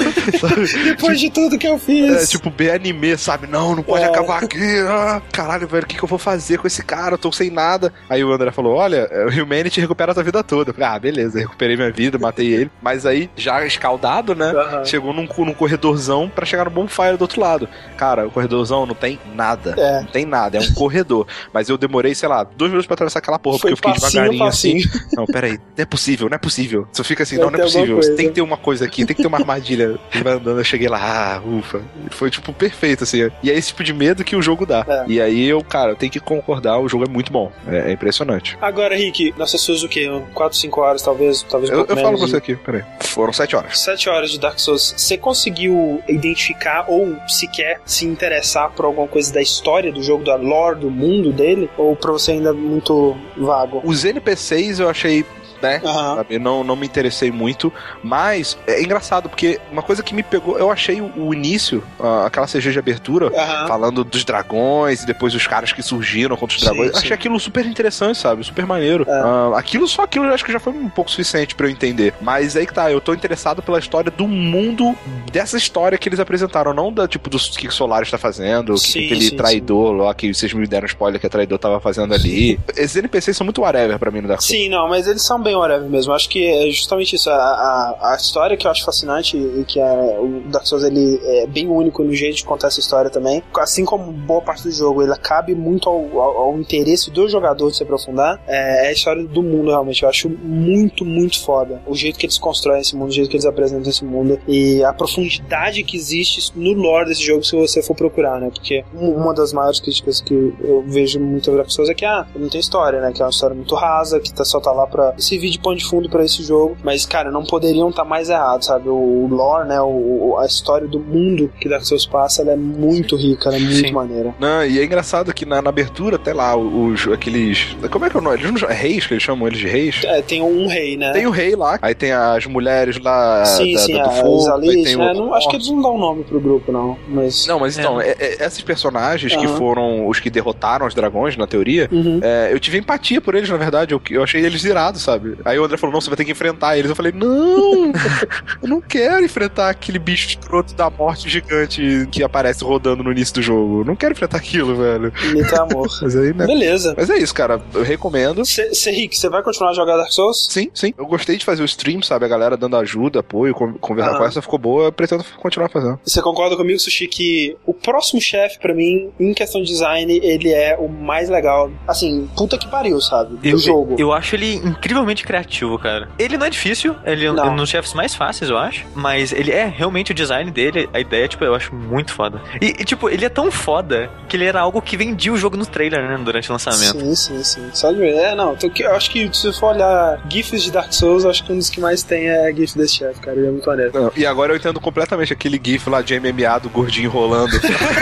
Speaker 2: Depois de tudo que eu fiz.
Speaker 1: É, tipo, bem anime, sabe? Não, não pode é. acabar aqui. Ah, caralho, velho, o que, que eu vou fazer com esse cara? Eu tô sem nada. Aí o André falou, olha, o Humanity recupera a tua vida toda. Eu falei, ah, beleza, recuperei minha vida, matei ele. Mas aí, já escaldado, né? Uhum. Chegou num, num corredorzão pra chegar no Bonfire do outro lado. Cara, o corredorzão não tem nada. É. Não tem nada, é um corredor. Mas eu demorei, sei lá, dois minutos pra atravessar aquela porra,
Speaker 2: Foi
Speaker 1: porque eu fiquei
Speaker 2: passinho,
Speaker 1: devagarinho
Speaker 2: passinho.
Speaker 1: assim. Não, peraí, não é possível, não é possível. Você fica assim, não, não é possível. Você tem que ter uma coisa aqui, tem que ter uma armadilha. Ele vai andando, eu cheguei lá, ah, ufa. Foi, tipo, perfeito, assim. E é esse tipo de medo que o jogo dá. É. E aí eu, cara, eu tenho que concordar, o jogo é muito bom. É, é impressionante.
Speaker 2: Agora, Rick, nós assistimos o quê? quatro, cinco horas, talvez? talvez um
Speaker 1: eu eu
Speaker 2: menos
Speaker 1: falo pra você aqui, peraí. Foram sete horas.
Speaker 2: sete horas de Dark Souls. Você conseguiu identificar ou sequer se interessar por alguma coisa da história do jogo, da lore, do mundo dele? Ou pra você ainda é muito vago?
Speaker 1: Os N P Cs eu achei... né?
Speaker 2: Uhum.
Speaker 1: Eu não, não me interessei muito, mas é engraçado, porque uma coisa que me pegou, eu achei o, o início, uh, aquela C G de abertura,
Speaker 2: uhum.
Speaker 1: falando dos dragões e depois os caras que surgiram contra os dragões, sim, achei sim. aquilo super interessante, sabe? Super maneiro. É. Uh, aquilo, só aquilo eu acho que já foi um pouco suficiente pra eu entender. Mas aí que tá, eu tô interessado pela história do mundo, dessa história que eles apresentaram, não da tipo do que o Solaris tá fazendo,
Speaker 2: sim,
Speaker 1: que aquele
Speaker 2: sim,
Speaker 1: traidor sim. lá, que vocês me deram spoiler que a traidor tava fazendo ali. Esses N P Cs são muito whatever pra mim no Dark Souls.
Speaker 2: Sim, não, mas eles são bem whatever mesmo. Acho que é justamente isso. A, a, a história que eu acho fascinante e que a, o Dark Souls ele é bem único no jeito de contar essa história também. Assim como boa parte do jogo, ele cabe muito ao, ao, ao interesse do jogador de se aprofundar. É, é a história do mundo, realmente. Eu acho muito, muito foda. O jeito que eles constroem esse mundo, o jeito que eles apresentam esse mundo e a profundidade que existe no lore desse jogo se você for procurar, né? Porque uma das maiores críticas que eu vejo muito no Dark Souls é que, ah, não tem história, né? Que é uma história muito rasa, que tá, só tá lá pra servir de pano de fundo pra esse jogo, mas, cara, não poderiam estar tá mais errados, sabe? O lore, né? O, a história do mundo que Dark Souls passa, ela é muito rica, ela é muito Sim. maneira.
Speaker 1: Não, e é engraçado que na, na abertura, até lá, os, aqueles... Como é que é o nome? Eles não, é reis, que eles chamam eles de reis?
Speaker 2: É, tem um rei, né?
Speaker 1: Tem o rei lá, aí tem as mulheres lá
Speaker 2: sim,
Speaker 1: da,
Speaker 2: sim,
Speaker 1: da, do
Speaker 2: a,
Speaker 1: fogo,
Speaker 2: Alice,
Speaker 1: tem
Speaker 2: né?
Speaker 1: o...
Speaker 2: não, acho que eles não dão nome pro grupo, não, mas...
Speaker 1: Não, mas
Speaker 2: é.
Speaker 1: então, é, é, esses personagens uhum. que foram os que derrotaram os dragões, na teoria,
Speaker 2: uhum.
Speaker 1: é, eu tive empatia por eles, na verdade, eu, eu achei eles irados, sabe? Aí o André falou, não, você vai ter que enfrentar eles. Eu falei, não, eu não quero enfrentar aquele bicho escroto da morte gigante que aparece rodando no início do jogo. Eu não quero enfrentar aquilo, velho.
Speaker 2: Muito amor.
Speaker 1: Mas aí, né?
Speaker 2: Beleza.
Speaker 1: Mas é isso, cara. Eu recomendo.
Speaker 2: Você, Rick, você vai continuar a jogar Dark Souls?
Speaker 1: Sim, sim. Eu gostei de fazer o stream, sabe? A galera dando ajuda, apoio, conversar ah. com essa ficou boa. Eu pretendo continuar fazendo.
Speaker 2: Você concorda comigo, Sushi, que o próximo chefe, pra mim, em questão de design, ele é o mais legal. Assim, puta que pariu, sabe? Do
Speaker 3: eu,
Speaker 2: jogo.
Speaker 3: Eu acho ele incrivelmente criativo, cara. Ele não é difícil, ele é um dos chefes mais fáceis, eu acho, mas ele é realmente o design dele, a ideia, tipo, eu acho muito foda. E, e tipo, ele é tão foda que ele era algo que vendia o jogo no trailer, né, durante o lançamento.
Speaker 2: Sim, sim, sim. Só de ver. É, não, eu acho que se você for olhar GIFs de Dark Souls, eu acho que um dos que mais tem é GIF desse chefe, cara, ele é muito maneiro.
Speaker 1: Não, e agora eu entendo completamente aquele GIF lá de M M A do gordinho rolando.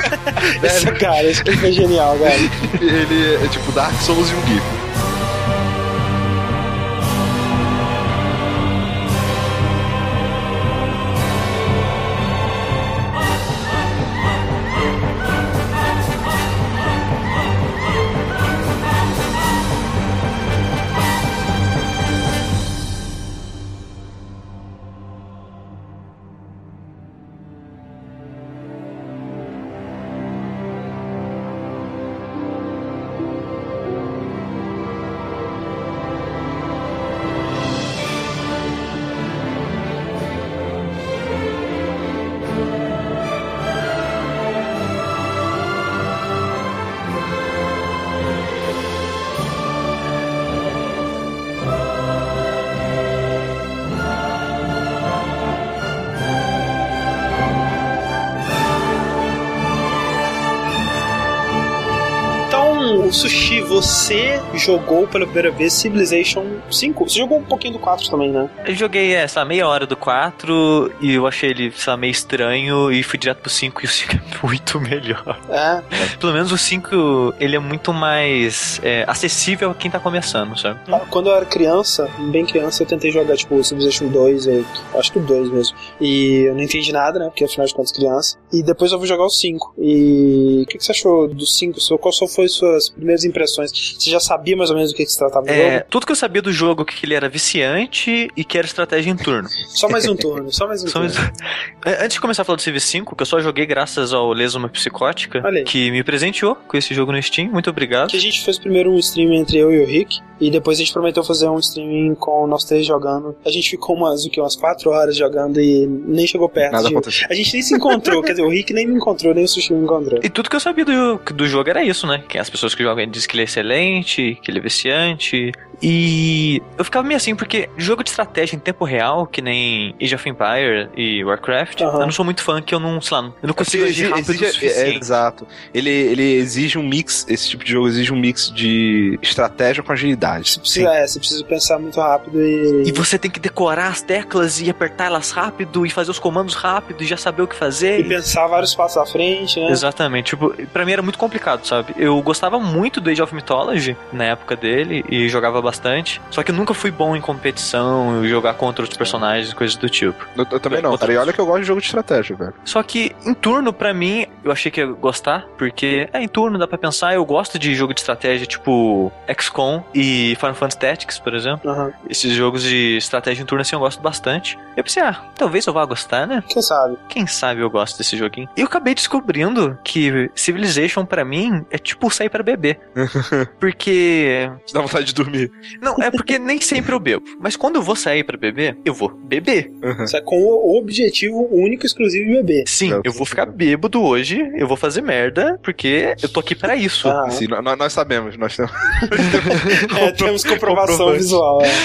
Speaker 2: Esse cara, esse GIF é genial, velho.
Speaker 1: Ele é tipo Dark Souls e um GIF.
Speaker 2: O Sushi, você jogou pela primeira vez Civilization cinco? Você jogou um pouquinho do quatro também, né?
Speaker 3: Eu joguei essa meia hora do quatro e eu achei ele, sei lá, meio estranho e fui direto pro cinco e o cinco é muito melhor.
Speaker 2: É.
Speaker 3: Pelo menos o cinco, ele é muito mais é, acessível a quem tá começando, sabe?
Speaker 2: Quando eu era criança, bem criança, eu tentei jogar, tipo, Civilization dois, eu, acho que o dois mesmo. E eu não entendi nada, né? Porque afinal de contas, criança. E depois eu vou jogar o cinco. E o que, que você achou do cinco? Qual só foi suas primeiras impressões? Você já sabia mais ou menos do que, que se tratava do
Speaker 3: é,
Speaker 2: jogo?
Speaker 3: Tudo que eu sabia do jogo, que ele era viciante e que era estratégia em turno.
Speaker 2: Só mais um turno, só mais um
Speaker 3: só
Speaker 2: turno.
Speaker 3: Mais... Antes de começar a falar do Civ cinco, que eu só joguei graças ao Lesuma Psicótica, que me presenteou com esse jogo no Steam. Muito obrigado.
Speaker 2: Que a gente fez primeiro um stream entre eu e o Rick, e depois a gente prometeu fazer um streaming com nós três jogando. A gente ficou umas, o que, umas quatro horas jogando e nem chegou perto.
Speaker 1: Nada
Speaker 2: de...
Speaker 1: aconteceu.
Speaker 2: A gente nem se encontrou, quer dizer, o Rick nem me encontrou, nem o Sushi me encontrou.
Speaker 3: E tudo que eu sabia do, do jogo era isso, né? Que as pessoas que jogam dizem que ele é excelente, que ele é viciante. E eu ficava meio assim, porque jogo de estratégia em tempo real, que nem Age of Empires e Warcraft, uhum. eu não sou muito fã, que eu não, sei lá, eu não consigo
Speaker 1: exige,
Speaker 3: agir rápido
Speaker 1: exige,
Speaker 3: o suficiente.
Speaker 1: É, exato. Ele, ele exige um mix, esse tipo de jogo exige um mix de estratégia com agilidade.
Speaker 2: Você precisa, é, você precisa pensar muito rápido e...
Speaker 3: E você tem que decorar as teclas e apertar elas rápido e fazer os comandos rápido e já saber o que fazer.
Speaker 2: E, e... pensar vários passos à frente, né?
Speaker 3: Exatamente. Tipo, pra mim era muito complicado, sabe? Eu gostava muito do Age of Mythology na época dele e jogava bastante, só que eu nunca fui bom em competição, jogar contra outros personagens, coisas do tipo.
Speaker 1: Eu, eu também não, cara, e olha que eu gosto de jogo de estratégia, velho.
Speaker 3: Só que em turno, pra mim, eu achei que ia gostar, porque é, em turno dá pra pensar, eu gosto de jogo de estratégia tipo X COM e Final Fantasy Tactics, por exemplo.
Speaker 2: Uhum.
Speaker 3: Esses jogos de estratégia em turno, assim, eu gosto bastante. Eu pensei, ah, talvez eu vá gostar, né?
Speaker 2: Quem sabe?
Speaker 3: Quem sabe eu gosto desse joguinho. E eu acabei descobrindo que Civilization, pra mim, é tipo sair pra beber. Porque...
Speaker 1: Te dá vontade de dormir.
Speaker 3: Não, é porque nem sempre eu bebo. Mas quando eu vou sair pra beber, eu vou beber.
Speaker 2: Uhum. Isso é com o objetivo único e exclusivo de beber.
Speaker 3: Sim, eu, eu vou ficar bêbado hoje, eu vou fazer merda, porque eu tô aqui pra isso.
Speaker 2: Ah.
Speaker 1: Sim, nós, nós sabemos, nós temos...
Speaker 2: é, temos comprovação visual. É.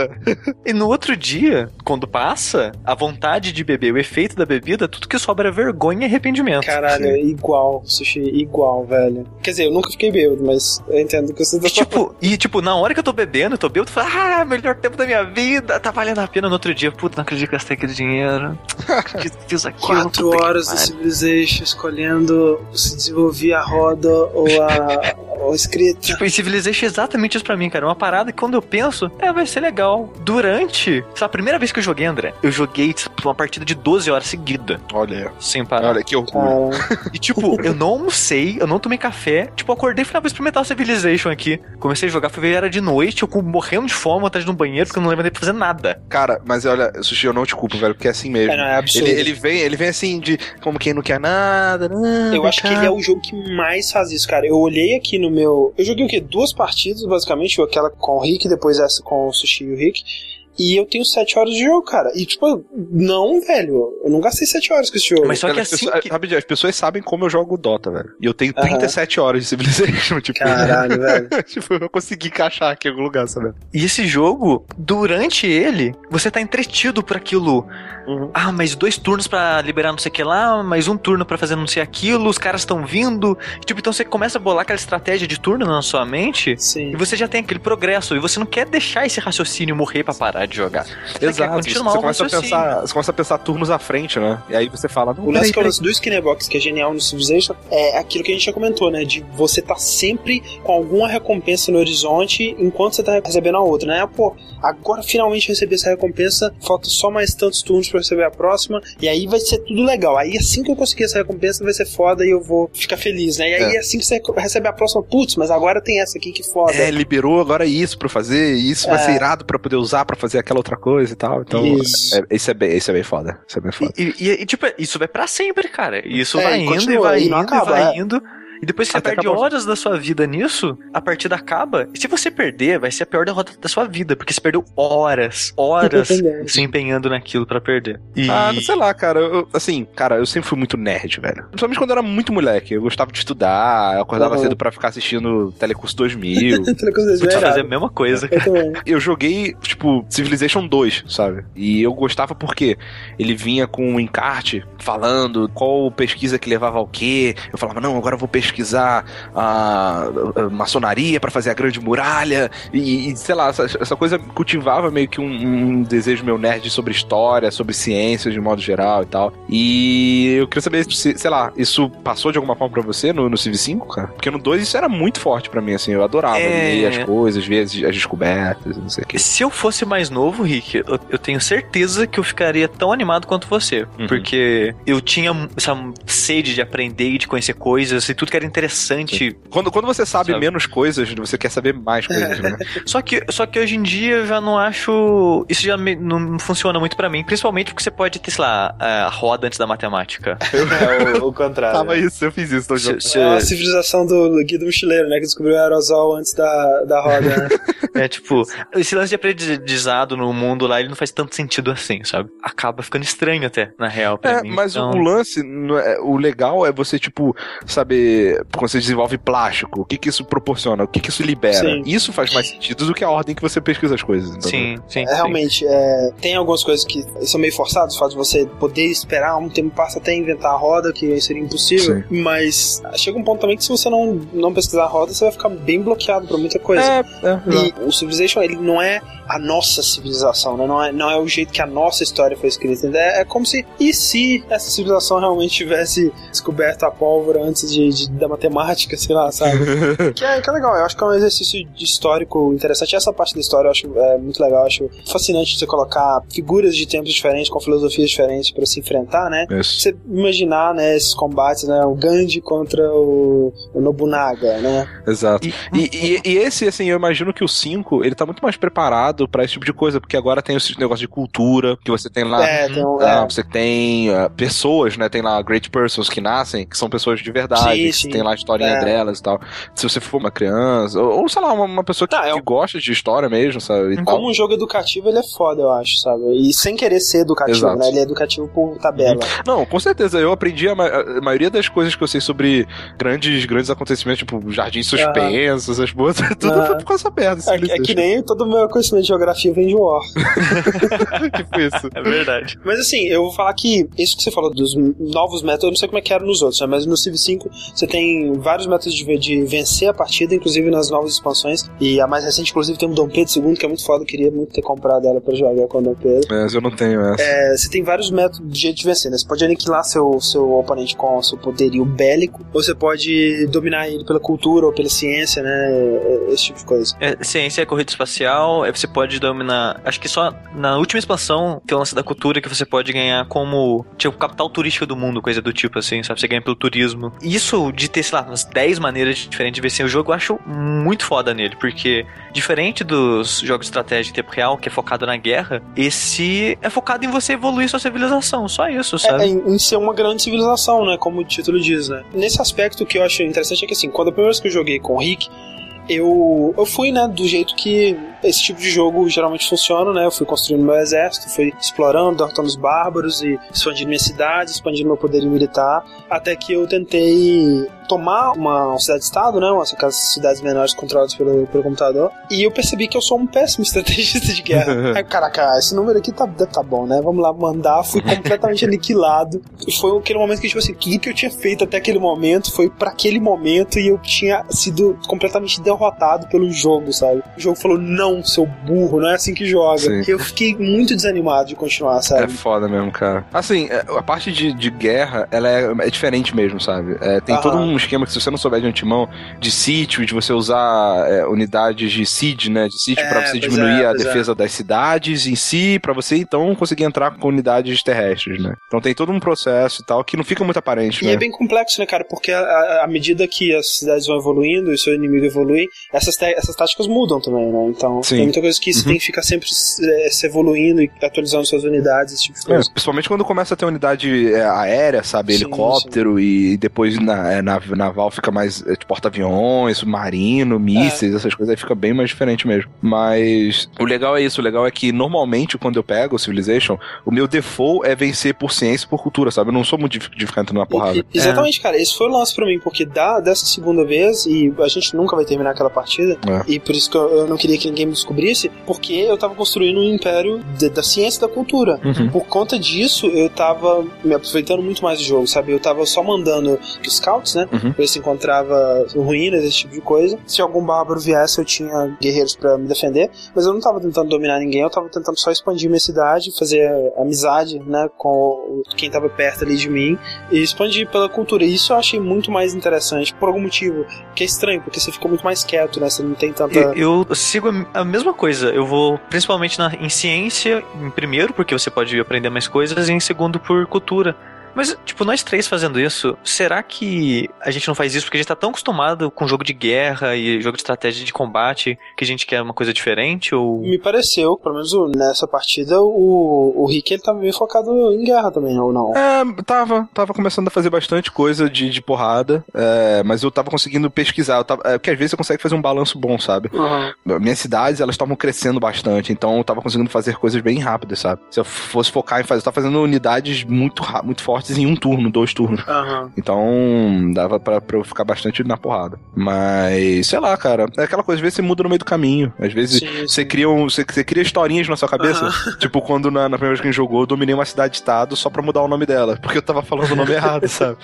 Speaker 3: E no outro dia, quando passa, a vontade de beber, o efeito da bebida, tudo que sobra é vergonha e arrependimento.
Speaker 2: Caralho, é igual, Sushi, igual, velho. Quer dizer, eu nunca fiquei bêbado, mas eu entendo que você tá
Speaker 3: e, tipo, e tipo, na hora que eu tô bebendo, eu tô bêbado, eu falo, ah, melhor tempo da minha vida, tá valendo a pena. No outro dia, puta, não acredito que gastei aquele dinheiro. Não acredito que fiz aquilo.
Speaker 2: Quatro horas do Civilization escolhendo se desenvolver a roda ou a, ou a escrita.
Speaker 3: Tipo, e Civilization é exatamente isso pra mim, cara. Uma parada que quando eu penso, é, vai ser legal. Durante, sabe, a primeira vez que eu joguei, André, eu joguei tipo, uma partida de doze horas seguida.
Speaker 1: Olha aí.
Speaker 3: Sem parar.
Speaker 1: Olha, que orgulho.
Speaker 3: E tipo, eu não almocei, eu não tomei café. Tipo, eu acordei e falei, ah, vou experimentar o Civilization aqui. Comecei a jogar, fui ver, era de noite, eu morrendo de fome atrás de um banheiro, porque eu não levantei pra fazer nada.
Speaker 1: Cara, mas olha, Sushi, eu não te culpo, velho, porque é assim mesmo.
Speaker 2: É, não, é absurdo.
Speaker 1: Ele, ele, vem, ele vem assim, de como quem não quer nada. nada
Speaker 2: eu acho
Speaker 1: cara.
Speaker 2: que ele é o jogo que mais faz isso, cara. Eu olhei aqui no meu... Eu joguei o quê? Duas partidas, basicamente. Aquela com o Rick, depois essa com o Sushi e o Rick. E eu tenho sete horas de jogo, cara. E tipo, não, velho. Eu não gastei sete horas com esse jogo.
Speaker 3: Mas só que
Speaker 1: as
Speaker 3: assim...
Speaker 1: Pessoas,
Speaker 3: que...
Speaker 1: Rapidinho, as pessoas sabem como eu jogo Dota, velho. E eu tenho trinta e sete uhum. horas de Civilization, tipo...
Speaker 2: Caralho, velho.
Speaker 1: Tipo, eu consegui encaixar aqui em algum lugar, sabe?
Speaker 3: E esse jogo, durante ele, você tá entretido por aquilo.
Speaker 2: Uhum.
Speaker 3: Ah, mais dois turnos pra liberar não sei o que lá, mais um turno pra fazer não sei aquilo, os caras estão vindo. Tipo, então você começa a bolar aquela estratégia de turno na sua mente.
Speaker 2: Sim.
Speaker 3: E você já tem aquele progresso. E você não quer deixar esse raciocínio morrer pra parar de jogar.
Speaker 1: Exato, você começa, a pensar, você começa a pensar turnos à frente, né? E aí você fala...
Speaker 2: O lance do Skinnerbox, que é genial no Civilization, é aquilo que a gente já comentou, né? De você tá sempre com alguma recompensa no horizonte enquanto você tá recebendo a outra, né? Pô, agora finalmente recebi essa recompensa, falta só mais tantos turnos pra receber a próxima, e aí vai ser tudo legal. Aí assim que eu conseguir essa recompensa vai ser foda e eu vou ficar feliz, né? E aí é. assim que você recebe a próxima, putz, mas agora tem essa aqui que foda.
Speaker 1: É, liberou agora isso pra fazer, e isso é. vai ser irado pra poder usar pra fazer aquela outra coisa e tal. Então, isso é, isso é, bem, isso é bem foda. Isso é bem foda.
Speaker 3: E, e, e tipo, isso vai pra sempre, cara. Isso
Speaker 2: é,
Speaker 3: vai
Speaker 2: e
Speaker 3: indo
Speaker 2: continua,
Speaker 3: e vai
Speaker 2: e
Speaker 3: indo
Speaker 2: acaba,
Speaker 3: e vai
Speaker 2: é.
Speaker 3: indo. E depois que você
Speaker 1: Até
Speaker 3: perde
Speaker 1: acabou.
Speaker 3: horas da sua vida nisso, a partida acaba. E se você perder, vai ser a pior derrota da sua vida. Porque você perdeu horas, horas se empenhando naquilo pra perder. E...
Speaker 1: Ah, sei lá, cara. Eu, assim, cara, eu sempre fui muito nerd, velho. Principalmente quando eu era muito moleque. Eu gostava de estudar, eu acordava uhum. cedo pra ficar assistindo Telecurso dois mil.
Speaker 2: Telecurso dois mil
Speaker 3: eu fazer a mesma coisa.
Speaker 2: Eu,
Speaker 1: eu joguei, tipo, Civilization dois, sabe? E eu gostava porque ele vinha com um encarte falando qual pesquisa que levava ao quê. Eu falava, não, agora eu vou pesquisar pesquisar a, a maçonaria pra fazer a grande muralha, e, e sei lá, essa, essa coisa cultivava meio que um, um desejo meu nerd sobre história, sobre ciências de modo geral e tal. E eu queria saber se, sei lá, isso passou de alguma forma pra você no, no Civ cinco, cara? Porque no dois isso era muito forte pra mim, assim, eu adorava é... ler as coisas, ver as, as descobertas, não sei o que.
Speaker 3: Se eu fosse mais novo, Rick, eu, eu tenho certeza que eu ficaria tão animado quanto você, uhum. porque eu tinha essa sede de aprender e de conhecer coisas e tudo que era interessante.
Speaker 1: Quando, quando você sabe, sabe menos coisas, você quer saber mais coisas, né?
Speaker 3: Só que, só que hoje em dia eu já não acho... Isso já me, não funciona muito pra mim, principalmente porque você pode ter, sei lá, a roda antes da matemática.
Speaker 2: É o, o contrário.
Speaker 1: Tava isso, eu fiz isso.
Speaker 2: Se, se... É a civilização do Guia do Mochileiro, né? Que descobriu o aerosol antes da, da roda, né?
Speaker 3: É, tipo, esse lance de aprendizado no mundo lá, ele não faz tanto sentido assim, sabe? Acaba ficando estranho até, na real, pra
Speaker 1: é,
Speaker 3: mim.
Speaker 1: Mas
Speaker 3: então...
Speaker 1: o lance, o legal é você, tipo, saber, quando você desenvolve plástico, o que que isso proporciona, o que que isso libera. Sim. Isso faz mais sentido do que a ordem que você pesquisa as coisas. Então,
Speaker 3: sim, sim.
Speaker 2: É, realmente, é, tem algumas coisas que são meio forçadas, o fato de você poder esperar um tempo passa até inventar a roda, que seria impossível, sim. Mas chega um ponto também que se você não, não pesquisar a roda, você vai ficar bem bloqueado pra muita coisa. É, é, e é. O Civilization, ele não é a nossa civilização, né? Não é, não é o jeito que a nossa história foi escrita. É, é como se, e se essa civilização realmente tivesse descoberto a pólvora antes de, de, da matemática, sei lá, sabe? que, é, que é legal, eu acho que é um exercício de histórico interessante. Essa parte da história eu acho é, muito legal, eu acho fascinante você colocar figuras de tempos diferentes, com filosofias diferentes pra se enfrentar, né? Isso. Você imaginar, né, esses combates, né? O Gandhi contra o, o Nobunaga, né?
Speaker 1: Exato. E, e, e, e esse, assim, eu imagino que o cinco, ele tá muito mais preparado pra esse tipo de coisa, porque agora tem esse negócio de cultura, que você tem lá,
Speaker 2: é, tem um,
Speaker 1: ah,
Speaker 2: é.
Speaker 1: você tem uh, pessoas, né, tem lá great persons que nascem, que são pessoas de verdade, sim, sim. Tem lá a historinha é. delas e tal. Se você for uma criança, ou, ou sei lá, uma, uma pessoa que, ah, é um... que gosta de história mesmo, sabe? E
Speaker 2: como
Speaker 1: tal.
Speaker 2: Um jogo educativo, ele é foda, eu acho, sabe? E sem querer ser educativo, exato. Né? Ele é educativo por tabela.
Speaker 1: Não, com certeza, eu aprendi a, ma- a maioria das coisas que eu sei sobre grandes, grandes acontecimentos, tipo jardins suspensos, essas coisas, tudo
Speaker 2: ah.
Speaker 1: foi por causa perto.
Speaker 2: É, é que nem todo o meu conhecimento de geografia vem de War.
Speaker 1: Tipo isso.
Speaker 3: É verdade.
Speaker 2: Mas assim, eu vou falar que isso que você falou dos novos métodos, eu não sei como é que era nos outros, né? Mas no Civ cinco você tem vários métodos de, de vencer a partida, inclusive nas novas expansões. E a mais recente, inclusive, tem o Dom Pedro segundo, que é muito foda, eu queria muito ter comprado ela pra jogar com o Dom Pedro.
Speaker 1: Mas eu não tenho essa.
Speaker 2: É, você tem vários métodos de jeito de vencer, né? Você pode aniquilar seu, seu oponente com o seu poderio bélico, ou você pode dominar ele pela cultura ou pela ciência, né? Esse tipo de coisa.
Speaker 3: É, ciência é corrida espacial, você pode dominar. Acho que só na última expansão tem o lance da cultura que você pode ganhar como, tipo, capital turística do mundo, coisa do tipo assim, sabe? Você ganha pelo turismo. Isso de ter, sei lá, umas dez maneiras diferentes de vencer o jogo, eu acho muito foda nele, porque diferente dos jogos de estratégia em tempo real, que é focado na guerra, esse é focado em você evoluir sua civilização, só isso, sabe?
Speaker 2: É, em, em ser uma grande civilização, né? Como o título diz, né? Nesse aspecto que eu achei interessante é que, assim, quando a primeira vez que eu joguei com o Rick, Eu, eu fui, né, do jeito que esse tipo de jogo geralmente funciona, né? Eu fui construindo meu exército, fui explorando, derrotando os bárbaros e expandindo minha cidade, expandindo meu poder militar, até que eu tentei tomar uma cidade-estado, né? Umas cidades menores controladas pelo, pelo computador, e eu percebi que eu sou um péssimo estrategista de guerra. Aí, caraca, esse número aqui tá, tá bom, né? Vamos lá mandar. Fui completamente aniquilado. E foi aquele momento que, tipo assim, tudo que eu tinha feito até aquele momento foi pra aquele momento e eu tinha sido completamente derrotado pelo jogo, sabe? O jogo falou, não, seu burro, não é assim que joga. Sim. E eu fiquei muito desanimado de continuar, sabe?
Speaker 1: É foda mesmo, cara. Assim, a parte de, de guerra, ela é, é diferente mesmo, sabe? É, tem Aham. todo um esquema que, se você não souber de antemão, de sítio, de você usar é, unidades de siege, né? De sítio é, pra você diminuir é, a defesa é. das cidades em si, pra você então conseguir entrar com unidades terrestres, né? Então tem todo um processo e tal que não fica muito aparente,
Speaker 2: e
Speaker 1: né?
Speaker 2: é bem complexo, né, cara? Porque à medida que as cidades vão evoluindo e o seu inimigo evolui, essas, essas táticas mudam também, né? Então Sim. tem muita coisa que você uhum. tem que ficar sempre é, se evoluindo e atualizando suas unidades, esse tipo de coisa.
Speaker 1: É, principalmente quando começa a ter unidade é, aérea, sabe? Sim, helicóptero sim. e depois na, é, na, naval fica mais é, de porta-aviões, submarino, mísseis, é. essas coisas aí fica bem mais diferente mesmo. Mas o legal é isso, o legal é que normalmente quando eu pego o Civilization, o meu default é vencer por ciência e por cultura, sabe? Eu não sou muito de, de ficar entrando na porrada.
Speaker 2: E, exatamente, é. cara. Esse foi o lance pra mim, porque da, dessa segunda vez, e a gente nunca vai terminar aquela partida,
Speaker 1: É.
Speaker 2: e por isso que eu, eu não queria que ninguém me descobrisse, porque eu tava construindo um império de, da ciência e da cultura.
Speaker 1: Uhum.
Speaker 2: Por conta disso, eu tava me aproveitando muito mais do jogo, sabe? Eu tava só mandando os scouts, né?
Speaker 1: Uhum.
Speaker 2: Pra ver se encontrava ruínas, esse tipo de coisa. Se algum bárbaro viesse, eu tinha guerreiros pra me defender, mas eu não tava tentando dominar ninguém, eu tava tentando só expandir minha cidade, fazer amizade, né, com quem tava perto ali de mim, e expandir pela cultura. E isso eu achei muito mais interessante, por algum motivo, que é estranho, porque você fica muito mais quieto, né? Você não tem tanta...
Speaker 3: Eu, eu sigo a mesma coisa. Eu vou principalmente na, em ciência, em primeiro, porque você pode aprender mais coisas, e em segundo, por cultura. Mas, tipo, nós três fazendo isso, será que a gente não faz isso porque a gente tá tão acostumado com jogo de guerra e jogo de estratégia de combate que a gente quer uma coisa diferente, ou...
Speaker 2: Me pareceu, pelo menos nessa partida, o, o Rick, ele tava meio focado em guerra também, ou não?
Speaker 1: É, tava, tava começando a fazer bastante coisa de, de porrada, é, mas eu tava conseguindo pesquisar, eu tava, é, porque às vezes você consegue fazer um balanço bom, sabe?
Speaker 2: Uhum.
Speaker 1: Minhas cidades, elas estavam crescendo bastante, então eu tava conseguindo fazer coisas bem rápidas, sabe? Se eu fosse focar em fazer, eu tava fazendo unidades muito, muito fortes em um turno, dois turnos.
Speaker 2: Uhum.
Speaker 1: Então, dava pra, pra eu ficar bastante na porrada. Mas, sei lá, cara, é aquela coisa, às vezes você muda no meio do caminho. Às vezes
Speaker 2: sim,
Speaker 1: você,
Speaker 2: sim.
Speaker 1: Cria um, você, você cria historinhas na sua cabeça.
Speaker 2: Uhum.
Speaker 1: Tipo, quando na, na primeira vez que a gente jogou, eu dominei uma cidade-estado só pra mudar o nome dela. Porque eu tava falando o nome errado, sabe?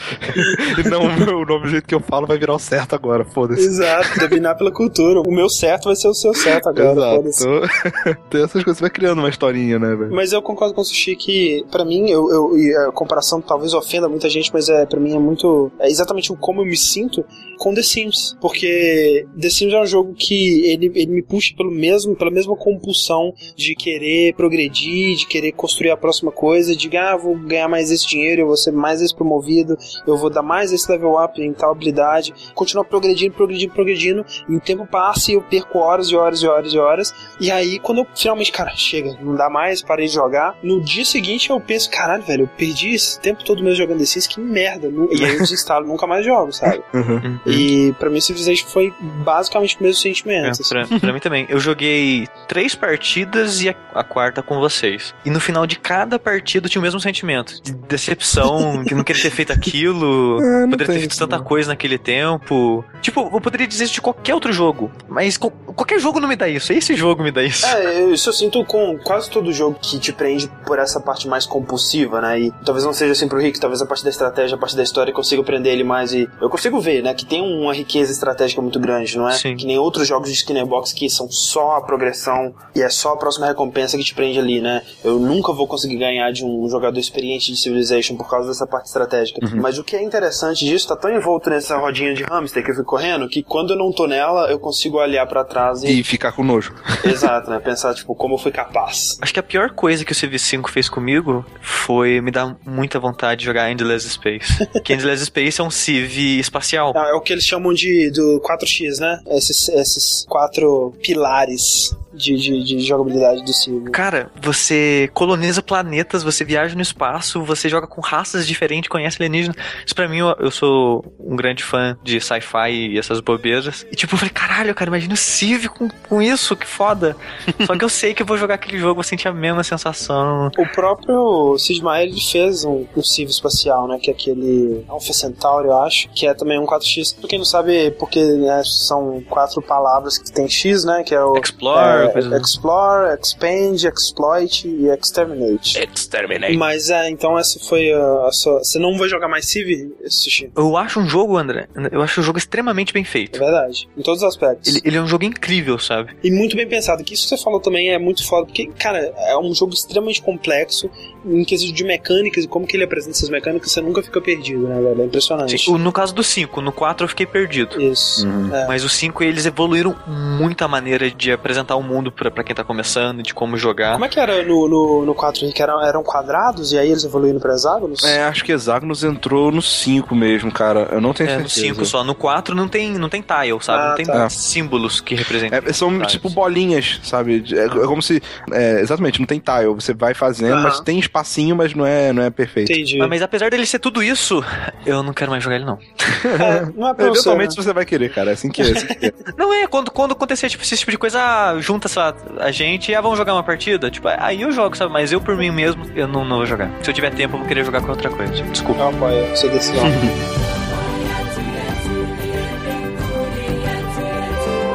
Speaker 1: E não, o, meu, o nome do jeito que eu falo vai virar o certo agora, foda-se.
Speaker 2: Exato, dominar pela cultura. O meu certo vai ser o seu certo agora, foda-se.
Speaker 1: Exato. Tem essas coisas, você vai criando uma historinha, né, velho?
Speaker 2: Mas eu concordo com o Sushi que, pra mim, eu, eu, e a comparação talvez ofenda muita gente, mas é, pra mim é muito... É exatamente como eu me sinto com The Sims. Porque The Sims é um jogo que ele, ele me puxa pelo mesmo, pela mesma compulsão de querer progredir, de querer construir a próxima coisa, de ah, vou ganhar mais esse dinheiro, eu vou ser mais esse promovido, eu vou dar mais esse level up em tal habilidade, continuar progredindo, progredindo, progredindo, e o tempo passa e eu perco horas e horas e horas e horas, e aí quando eu finalmente, cara, chega, não dá mais, parei de jogar, no dia seguinte eu penso, caralho, velho, eu perdi esse tempo todo mesmo jogando The Sims, que merda, e aí eu desinstalo, nunca mais jogo, sabe?
Speaker 1: Uhum.
Speaker 2: E pra mim Civilization foi basicamente o mesmo sentimento.
Speaker 3: É,
Speaker 2: assim.
Speaker 3: pra, pra mim também. Eu joguei três partidas e a, a quarta com vocês. E no final de cada partida eu tinha o mesmo sentimento. De decepção, de não querer ter feito aquilo,
Speaker 1: É,
Speaker 3: poderia ter feito
Speaker 1: isso,
Speaker 3: tanta
Speaker 1: não.
Speaker 3: coisa naquele tempo. Tipo, eu poderia dizer isso de qualquer outro jogo, mas co- qualquer jogo não me dá isso. Esse jogo me dá isso.
Speaker 2: É, eu- isso eu sinto com quase todo jogo que te prende por essa parte mais compulsiva, né? E talvez não seja assim pro Rick, talvez a parte da estratégia, a parte da história consiga prender ele mais. E eu consigo ver, né, que tem uma riqueza estratégica muito grande, não é?
Speaker 3: Sim.
Speaker 2: Que nem outros jogos de Skinner Box que são só a progressão e é só a próxima recompensa que te prende ali, né? Eu nunca vou conseguir ganhar de um jogador experiente de Civilization por causa dessa parte estratégica.
Speaker 1: Uhum.
Speaker 2: Mas o que é interessante disso, tá tão envolto nessa rodinha de hamster que eu fico correndo, que quando eu não tô nela, eu consigo olhar pra trás e...
Speaker 1: E ficar com nojo.
Speaker 2: Exato, né? Pensar, tipo, como eu fui capaz.
Speaker 3: Acho que a pior coisa que o Civ cinco fez comigo foi me dar muita vontade de jogar Endless Space. Que Endless Space é um Civ espacial.
Speaker 2: Ah, é o que eles chamam de do quatro X, né? Esses, esses quatro pilares de, de, de jogabilidade do Civ.
Speaker 3: Cara, você coloniza planetas, você viaja no espaço, você joga com raças diferentes, conhece alienígenas. Isso pra mim, eu, eu sou um grande fã de sci-fi e essas bobeiras. E tipo, eu falei, caralho, cara, imagina o Civ com, com isso, que foda. Só que eu sei que eu vou jogar aquele jogo, vou sentir a mesma sensação.
Speaker 2: O próprio Sid Meier, ele fez um, um Civ espacial, né? Que é aquele Alpha Centauri, eu acho. Que é também um quatro X. Pra quem não sabe, porque né, são quatro palavras que tem X, né? Que é o...
Speaker 3: Explore,
Speaker 2: é,
Speaker 3: coisa...
Speaker 2: Explore, Expand, Exploit e Exterminate.
Speaker 1: Exterminate.
Speaker 2: Mas é, então essa foi a, a sua... Você não vai jogar mais Civ, Sushi?
Speaker 3: Eu acho um jogo, André, eu acho um jogo extremamente bem
Speaker 2: É
Speaker 3: feito.
Speaker 2: verdade. Em todos os aspectos.
Speaker 3: Ele, ele é um jogo incrível, sabe?
Speaker 2: E muito bem pensado, que isso que você falou também é muito foda, porque, cara, é um jogo extremamente complexo em quesito de mecânicas e como que ele apresenta essas mecânicas, você nunca fica perdido, né, velho? É impressionante.
Speaker 3: Sim, no caso do cinco, no quatro eu fiquei perdido.
Speaker 2: Isso.
Speaker 1: Uhum.
Speaker 2: É.
Speaker 3: Mas o cinco, eles evoluíram muito a maneira de apresentar o mundo pra, pra quem tá começando, de como jogar.
Speaker 2: Como é que era no, no, no quatro, Rick? Eram, eram quadrados e aí eles evoluíram pra hexágonos?
Speaker 1: É, acho que Hexágonos entrou no cinco mesmo, cara. Eu não tenho
Speaker 3: É, no
Speaker 1: certeza.
Speaker 3: cinco só. No quatro não tem, não tem tile, sabe?
Speaker 2: Ah,
Speaker 3: não tem
Speaker 2: tá.
Speaker 3: símbolos que representem.
Speaker 1: É, são
Speaker 3: tiles.
Speaker 1: tipo bolinhas, sabe? É, é como se... é, exatamente, não tem tile. Você vai fazendo,
Speaker 2: Aham.
Speaker 1: mas tem espacinho, mas não é, não é perfeito.
Speaker 2: Entendi.
Speaker 3: Mas, mas apesar dele ser tudo isso, eu não quero mais jogar ele, não.
Speaker 2: É, não é pra você,
Speaker 1: Eventualmente
Speaker 2: né?
Speaker 1: você vai querer, cara. É assim que é. Assim que é.
Speaker 3: Não é, quando, quando acontecer tipo, esse tipo de coisa, ah, junta essa, a gente e ah, vamos jogar uma partida. Tipo, aí eu jogo, sabe? Mas eu, por mim mesmo, eu não, não vou jogar. Se eu tiver tempo, eu vou querer jogar com outra coisa. Desculpa.
Speaker 2: Eu apoio sua decisão.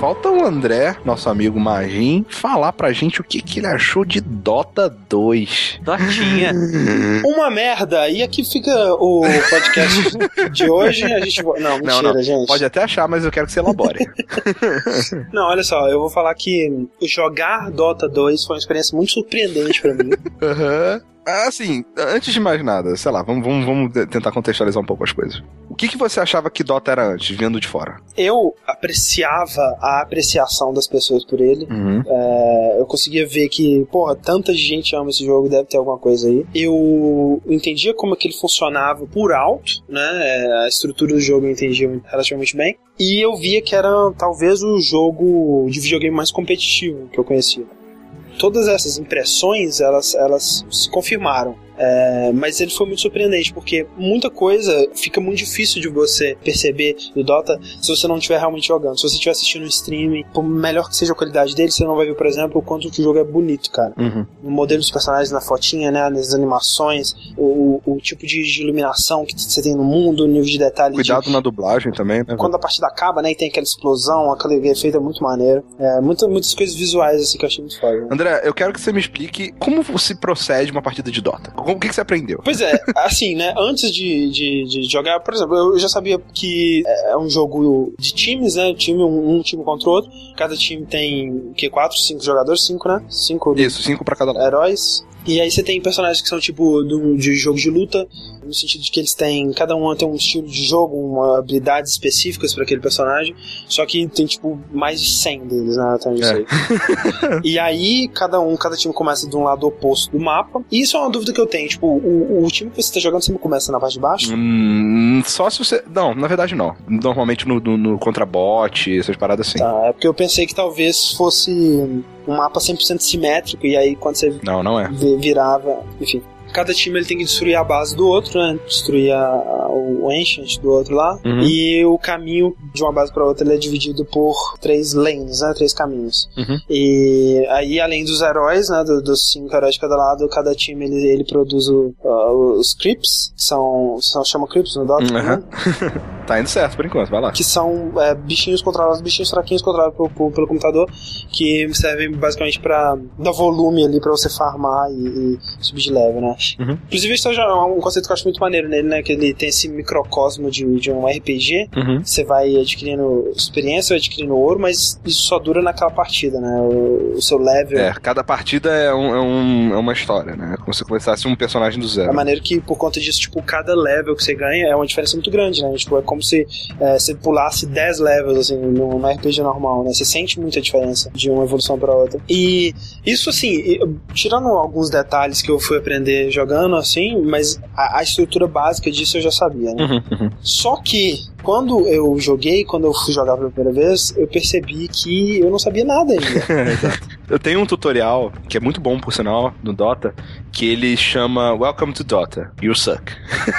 Speaker 1: falta o André, nosso amigo Magin, falar pra gente o que, que ele achou de Dota dois.
Speaker 3: Dotinha.
Speaker 2: Uma merda. E aqui fica o podcast de hoje. A gente... Não, mentira,
Speaker 1: não, não.
Speaker 2: gente.
Speaker 1: Pode até achar, mas eu quero que você elabore.
Speaker 2: Não, olha só, eu vou falar que jogar Dota dois foi uma experiência muito surpreendente pra mim.
Speaker 1: Aham. Uhum. Assim, antes de mais nada, sei lá, vamos, vamos, vamos tentar contextualizar um pouco as coisas. O que, que você achava que Dota era antes, vendo de fora?
Speaker 2: Eu apreciava a apreciação das pessoas por ele.
Speaker 1: Uhum.
Speaker 2: É, eu conseguia ver que, porra, tanta gente ama esse jogo, deve ter alguma coisa aí. Eu entendia como é que ele funcionava por alto, né? A estrutura do jogo eu entendia relativamente bem. E eu via que era talvez o jogo de videogame mais competitivo que eu conhecia. Todas essas impressões, elas, elas se confirmaram. É, mas ele foi muito surpreendente, porque muita coisa fica muito difícil de você perceber do Dota se você não estiver realmente jogando. Se você estiver assistindo um streaming, por melhor que seja a qualidade dele, você não vai ver, por exemplo, o quanto que o jogo é bonito, cara.
Speaker 1: Uhum.
Speaker 2: O modelo dos personagens na fotinha, né, nas animações, o, o tipo de, de iluminação que você tem no mundo, o nível de detalhe.
Speaker 1: Cuidado
Speaker 2: de...
Speaker 1: na dublagem também, né?
Speaker 2: Quando a partida acaba, né, e tem aquela explosão, aquele efeito é muito maneiro. É, muita, muitas coisas visuais, assim, que eu achei muito foda. Né?
Speaker 1: André, eu quero que você me explique como se procede uma partida de Dota. O que, que você aprendeu?
Speaker 2: Pois é, assim, né, antes de, de, de jogar, por exemplo, eu já sabia que é um jogo de times, né, time, um, um time contra o outro, cada time tem, que, quatro, cinco jogadores, cinco, né, cinco...
Speaker 1: Isso, cinco pra cada lado.
Speaker 2: Heróis. E aí você tem personagens que são tipo do, de jogo de luta, no sentido de que eles têm, cada um tem um estilo de jogo, uma habilidades específicas para aquele personagem, só que tem tipo mais de cem deles, né, até onde eu sei. E aí cada um, cada time começa de um lado oposto do mapa, e isso é uma dúvida que eu tenho, tipo, o, o time que você tá jogando sempre começa na parte de baixo?
Speaker 1: Hum, só se você... Não, na verdade não. Normalmente no, no, no contra-bot, essas paradas assim.
Speaker 2: Tá, é porque eu pensei que talvez fosse um mapa cem por cento simétrico, e aí quando você...
Speaker 1: Não, não é.
Speaker 2: Virava, enfim. Cada time ele tem que destruir a base do outro, né? Destruir a, a, o Ancient do outro lá. Uhum. E o caminho de uma base para outra ele é dividido por três lanes, né? Três caminhos.
Speaker 1: Uhum.
Speaker 2: E aí, além dos heróis, né? Do, dos cinco heróis de cada lado, cada time ele, ele produz o, uh, os creeps, que são, são chama creeps no Dota,
Speaker 1: uhum.
Speaker 2: né?
Speaker 1: Tá indo certo por enquanto, vai lá.
Speaker 2: Que são é, bichinhos controlados, bichinhos fraquinhos controlados pelo, pelo, pelo computador, que servem basicamente pra dar volume ali pra você farmar e, e subir de level, né? Uhum. Inclusive, isso é um conceito que eu acho muito maneiro nele, né? Que ele tem esse microcosmo de, de um R P G. Uhum. Você vai adquirindo experiência, vai adquirindo ouro, mas isso só dura naquela partida, né? O, o seu level.
Speaker 1: É, cada partida é, um, é, um, é uma história, né? Como se começasse um personagem do zero.
Speaker 2: É maneiro que, por conta disso, tipo, cada level que você ganha é uma diferença muito grande, né? Tipo, é como se é, você pulasse dez levels, assim, no, no R P G normal, né? Você sente muita diferença de uma evolução pra outra. E isso, assim, tirando alguns detalhes que eu fui aprender jogando, assim, mas a, a estrutura básica disso eu já sabia, né?
Speaker 1: Uhum, uhum.
Speaker 2: Só que quando eu joguei, quando eu fui jogar pela primeira vez, eu percebi que eu não sabia nada ainda.
Speaker 1: Eu tenho um tutorial, que é muito bom por sinal, no Dota, que ele chama Welcome to Dota, You Suck.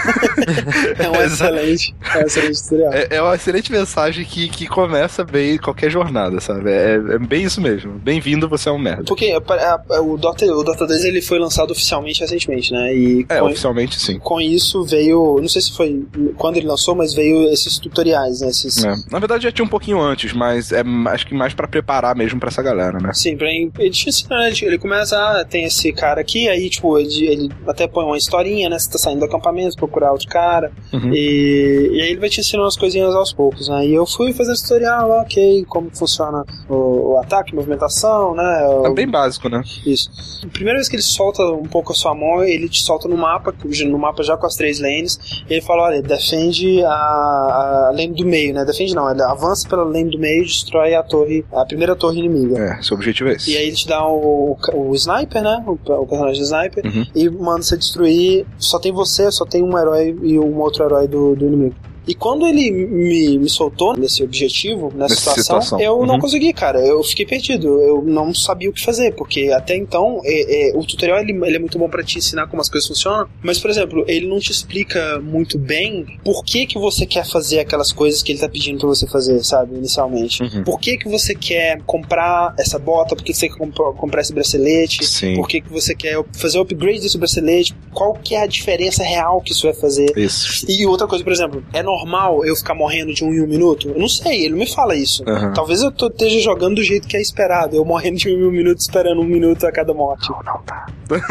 Speaker 2: É um excelente, é um excelente tutorial.
Speaker 1: É, é uma excelente mensagem que, que começa bem qualquer jornada, sabe? É, é bem isso mesmo. Bem-vindo, você é um merda.
Speaker 2: Porque a, a, o, Dota, o Dota dois ele foi lançado oficialmente recentemente, né? E
Speaker 1: é,
Speaker 2: com,
Speaker 1: oficialmente sim.
Speaker 2: Com isso veio, não sei se foi quando ele lançou, mas veio esses tutoriais, né? Esses...
Speaker 1: É. Na verdade já tinha um pouquinho antes, mas é acho que mais pra preparar mesmo pra essa galera, né?
Speaker 2: Sim, pra ele te ensina, né? Ele começa, ah, tem esse cara aqui, aí tipo, ele, ele até põe uma historinha, né? Você tá saindo do acampamento, procurar outro cara, uhum. e, e aí ele vai te ensinando umas coisinhas aos poucos, né? E eu fui fazendo tutorial, ok, como funciona o, o ataque, movimentação, né? O...
Speaker 1: É bem básico, né?
Speaker 2: Isso. A primeira vez que ele solta um pouco a sua mão, ele te solta no mapa, no mapa já com as três lanes, e ele fala, olha, defende a, a lane do meio, né? Defende não, ele avança pela lane do meio e destrói a torre, a primeira torre inimiga.
Speaker 1: É, seu objetivo é esse.
Speaker 2: E aí ele te dá o, o, o sniper, né? O, o personagem sniper, uhum. e manda você destruir, só tem você, só tem um herói e um outro herói do, do inimigo. E quando ele me, me soltou nesse objetivo, nessa situação, situação, eu uhum. não consegui, cara. Eu fiquei perdido. Eu não sabia o que fazer, porque até então é, é, o tutorial ele, ele é muito bom pra te ensinar como as coisas funcionam, mas, por exemplo, ele não te explica muito bem por que que você quer fazer aquelas coisas que ele tá pedindo pra você fazer, sabe, inicialmente. Uhum. Por que que você quer comprar essa bota, por que que você quer comprar, comprar esse bracelete,
Speaker 1: Sim.
Speaker 2: por que que você quer fazer o upgrade desse bracelete, qual que é a diferença real que isso vai fazer.
Speaker 1: Isso.
Speaker 2: E outra coisa, por exemplo, é normal eu ficar morrendo de um em um minuto? Eu não sei, ele não me fala isso.
Speaker 1: Uhum.
Speaker 2: Talvez eu tô, esteja jogando do jeito que é esperado, eu morrendo de um em um minuto, esperando um minuto a cada morte.
Speaker 1: Não, não tá.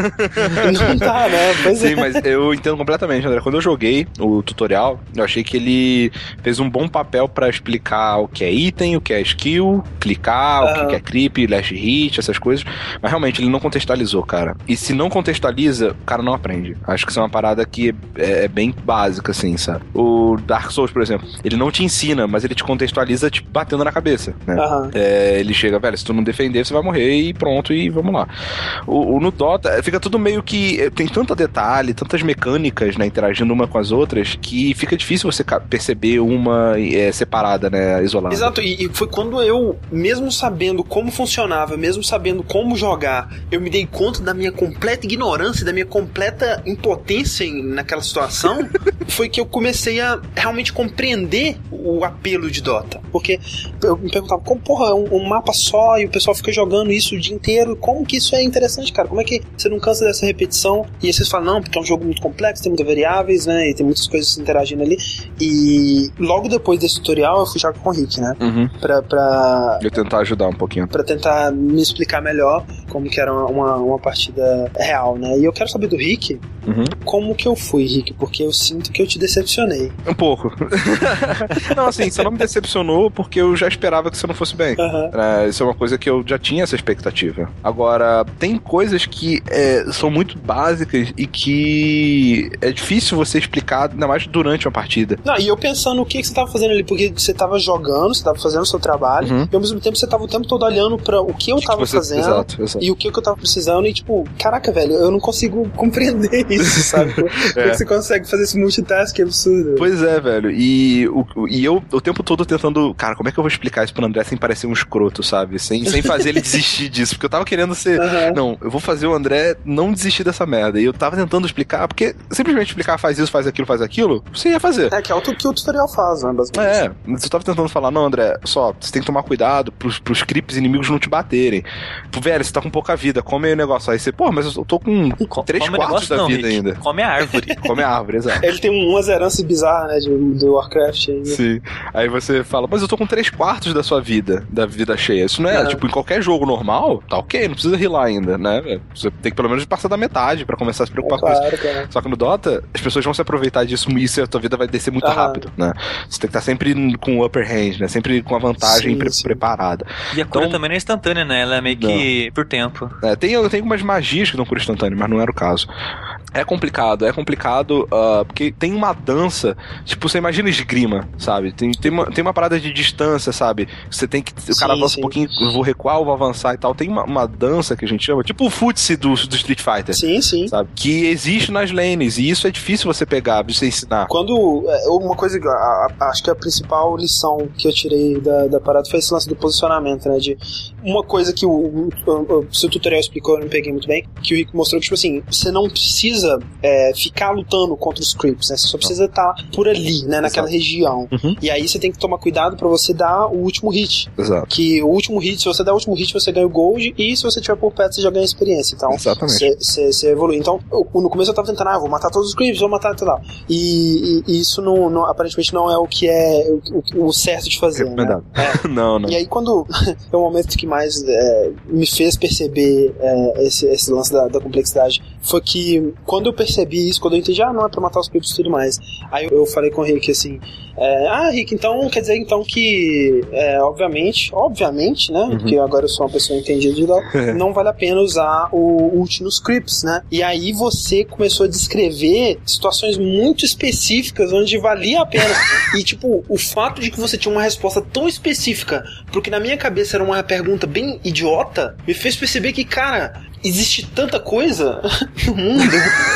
Speaker 2: Não tá, né? Pois
Speaker 1: Sim,
Speaker 2: é.
Speaker 1: mas eu entendo completamente, André. Quando eu joguei o tutorial, eu achei que ele fez um bom papel pra explicar o que é item, o que é skill, clicar, uhum. o que é creep, last hit, essas coisas. Mas realmente, ele não contextualizou, cara. E se não contextualiza, o cara não aprende. Acho que isso é uma parada que é, é bem básica, assim, sabe? O Dark Souls, por exemplo, ele não te ensina, mas ele te contextualiza, tipo, batendo na cabeça, né?
Speaker 2: Uhum.
Speaker 1: É, ele chega, velho, se tu não defender, você vai morrer e pronto, e vamos lá. O, o no Dota, fica tudo meio que... Tem tanto detalhe, tantas mecânicas, né, interagindo uma com as outras, que fica difícil você perceber uma é, separada, né, isolada.
Speaker 2: Exato, e, e foi quando eu, mesmo sabendo como funcionava, mesmo sabendo como jogar, eu me dei conta da minha completa ignorância, da minha completa impotência em, naquela situação, foi que eu comecei a realmente compreender o apelo de Dota. Porque eu me perguntava, como, porra, é um, um mapa só e o pessoal fica jogando isso o dia inteiro, como que isso é interessante, cara? Como é que você não cansa dessa repetição? E aí vocês falam, não, porque é um jogo muito complexo, tem muitas variáveis, né, e tem muitas coisas interagindo ali. E logo depois desse tutorial eu fui jogar com o Rick, né?
Speaker 1: Uhum.
Speaker 2: Pra, pra...
Speaker 1: Eu tentar ajudar um pouquinho.
Speaker 2: Pra tentar me explicar melhor como que era uma, uma partida real, né? E eu quero saber do Rick,
Speaker 1: uhum.
Speaker 2: como que eu fui, Rick, porque eu sinto que eu te decepcionei.
Speaker 1: Um pouco. Não, assim, você não me decepcionou porque eu já esperava que você não fosse bem.
Speaker 2: Uhum.
Speaker 1: É, isso é uma coisa que eu já tinha essa expectativa. Agora, tem coisas que é, são muito básicas e que é difícil você explicar, ainda mais durante uma partida.
Speaker 2: Não, e eu pensando o que, que você tava fazendo ali, porque você tava jogando, você tava fazendo o seu trabalho, uhum. e ao mesmo tempo você tava o tempo todo olhando pra o que eu tava você, fazendo
Speaker 1: exato, exato.
Speaker 2: e o que eu tava precisando, e tipo, caraca, velho, eu não consigo compreender isso, sabe? Como é que você consegue fazer esse multitask absurdo?
Speaker 1: Pois é, velho, e, o, e eu o tempo todo tentando, cara, como é que eu vou explicar isso pro André sem parecer um escroto, sabe? Sem, sem fazer ele desistir disso, porque eu tava querendo ser, uhum. não, eu vou fazer o André não desistir dessa merda, e eu tava tentando explicar, porque simplesmente explicar faz isso, faz aquilo, faz aquilo, você ia fazer.
Speaker 2: É, que é o que o tutorial faz, né, basicamente.
Speaker 1: É, eu tava tentando falar, não, André, só, você tem que tomar cuidado pros, pros creeps inimigos não te baterem. Velho, você tá com pouca vida, come aí o negócio. Aí você, pô, mas eu tô com
Speaker 3: Com,
Speaker 1: três quartos da
Speaker 3: não,
Speaker 1: vida
Speaker 3: Rick.
Speaker 1: ainda.
Speaker 3: Come a árvore.
Speaker 1: Come a árvore, exato.
Speaker 2: Ele tem umas heranças bizarras, né, de, do Warcraft ainda.
Speaker 1: Sim. Aí você fala, mas eu tô com três quartos da sua vida, da vida cheia. Isso não é, é. tipo, em qualquer jogo normal, tá ok, não precisa rilar ainda, né, velho? Você tem que pelo menos passar da metade pra começar a se preocupar é, com
Speaker 2: claro,
Speaker 1: isso.
Speaker 2: Cara.
Speaker 1: Só que no Dota, as pessoas vão se aproveitar disso e isso, a tua vida vai descer muito ah. rápido, né? Você tem que estar sempre com o upper hand, né? Sempre com a vantagem sim, pre- sim. preparada.
Speaker 3: E a cura
Speaker 1: então,
Speaker 3: também não é instantânea, né? Ela é meio que não. por tempo.
Speaker 1: É, tem, tem algumas magias que dão cura instantânea, mas não era o caso. É complicado, é complicado, uh, porque tem uma dança, tipo, você imagina esgrima, sabe? Tem, tem, uma, tem uma parada de distância, sabe? Você tem que, o cara sim, avança sim. um pouquinho, eu vou recuar, eu vou avançar e tal. Tem uma, uma dança que a gente chama, tipo o futsi do, do Street Fighter.
Speaker 2: Sim, sim.
Speaker 1: Sabe? Que existe nas lanes, e isso é difícil você pegar, você ensinar.
Speaker 2: Quando, uma coisa, a, a, acho que a principal lição que eu tirei da, da parada foi esse lance do posicionamento, né? De uma coisa que o, o, o, o seu tutorial explicou, eu não peguei muito bem, que o Rick mostrou que, tipo assim, você não precisa É, ficar lutando contra os creeps, né? Você só precisa estar tá por ali, né? Naquela Exato. região. Uhum. E aí você tem que tomar cuidado pra você dar o último hit.
Speaker 1: Exato.
Speaker 2: Que o último hit, se você der o último hit, você ganha o gold, e se você tiver por perto, você já ganha experiência. Então, você evolui. Então, eu, no começo eu tava tentando, ah, vou matar todos os creeps, vou matar tudo lá. E, e, e isso não, não, aparentemente não é o que é o, o, o certo de fazer, né?
Speaker 1: É. Não, não.
Speaker 2: E aí quando é o momento que mais é, me fez perceber é, esse, esse lance da, da complexidade, foi que quando eu percebi isso, quando eu entendi, ah, não é pra matar os creeps e tudo mais, aí eu, eu falei com o Rick assim, é, ah, Rick, então quer dizer então que é, obviamente, obviamente, né, uhum. porque agora eu sou uma pessoa entendida de Dota, não vale a pena usar o ult nos creeps, né? E aí você começou a descrever situações muito específicas onde valia a pena. E tipo, o fato de que você tinha uma resposta tão específica, porque na minha cabeça era uma pergunta bem idiota, me fez perceber que, cara, existe tanta coisa no mundo.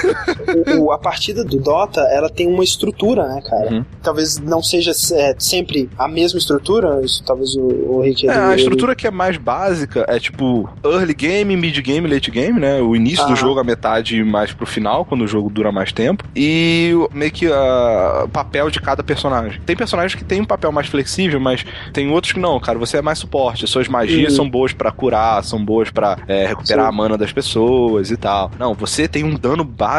Speaker 2: o, o, a partida do Dota, ela tem uma estrutura, né, cara? Uhum. Talvez não seja é, sempre a mesma estrutura, isso talvez o, o Rick...
Speaker 1: É, ele, a estrutura ele... que é mais básica é tipo early game, mid game, late game, né? O início ah. do jogo, a metade mais pro final, quando o jogo dura mais tempo. E meio que o papel de cada personagem. Tem personagens que tem um papel mais flexível, mas tem outros que não, cara, você é mais suporte. Suas magias uhum. são boas pra curar, são boas pra é, recuperar Sim. a mana das pessoas e tal. Não, você tem um dano básico muito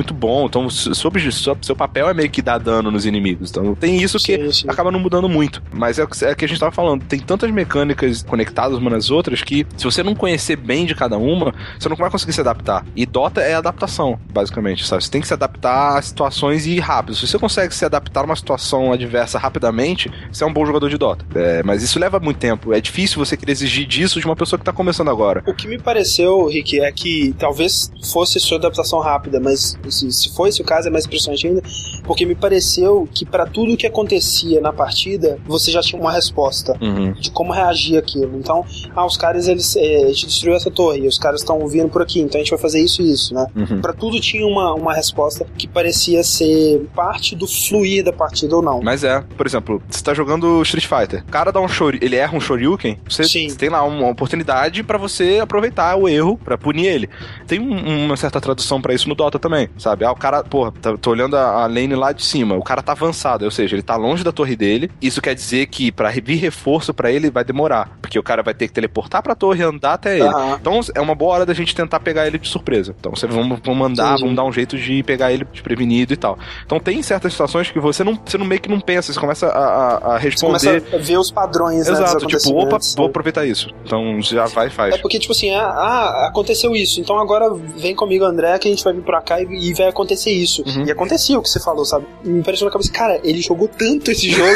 Speaker 1: muito bom, então sob, sob, seu papel é meio que dar dano nos inimigos. Então tem isso que sim, sim. acaba não mudando muito. Mas é o que, é que a gente tava falando, tem tantas mecânicas conectadas umas nas outras que se você não conhecer bem de cada uma, você não vai conseguir se adaptar. E Dota é adaptação, basicamente, sabe? Você tem que se adaptar a situações e ir rápido. Se você consegue se adaptar a uma situação adversa rapidamente, você é um bom jogador de Dota. É, mas isso leva muito tempo. É difícil você querer exigir disso de uma pessoa que tá começando agora.
Speaker 2: O que me pareceu, Rick, é que talvez fosse sua adaptação rápida, mas se, se for esse o caso, é mais impressionante ainda, porque me pareceu que pra tudo que acontecia na partida, você já tinha uma resposta
Speaker 1: uhum.
Speaker 2: de como reagir àquilo. Então, ah, os caras, eles, é, a gente destruiu essa torre, e os caras estão vindo por aqui, então a gente vai fazer isso e isso, né?
Speaker 1: Uhum.
Speaker 2: Pra tudo tinha uma, uma resposta que parecia ser parte do fluir da partida ou não.
Speaker 1: Mas é, por exemplo, você tá jogando Street Fighter, o cara dá um shori, ele erra um Shoryuken, você, você tem lá uma oportunidade pra você aproveitar o erro, pra punir ele. Tem um, uma certa tradução pra isso no Dota também, sabe? Ah, o cara, porra, tá, tô olhando a, a lane lá de cima, o cara tá avançado, ou seja, ele tá longe da torre dele, isso quer dizer que pra vir reforço pra ele vai demorar, porque o cara vai ter que teleportar pra torre e andar até ele.
Speaker 2: Uhum.
Speaker 1: Então é uma boa hora da gente tentar pegar ele de surpresa. Então você vamos, vamos mandar, sim, sim. vamos dar um jeito de pegar ele desprevenido e tal. Então tem certas situações que você não, você não meio que não pensa, você começa a, a, a responder.
Speaker 2: Você começa a ver os padrões,
Speaker 1: exato,
Speaker 2: né,
Speaker 1: tipo, opa, vou aproveitar isso. Então já vai e faz.
Speaker 2: É porque, tipo assim, ah, ah, aconteceu isso, então agora vem comigo, André, que a gente vai vir pra cá e, e vai acontecer isso.
Speaker 1: Uhum.
Speaker 2: E acontecia o que você falou, sabe? Me pareceu na cabeça, cara, ele jogou tanto esse jogo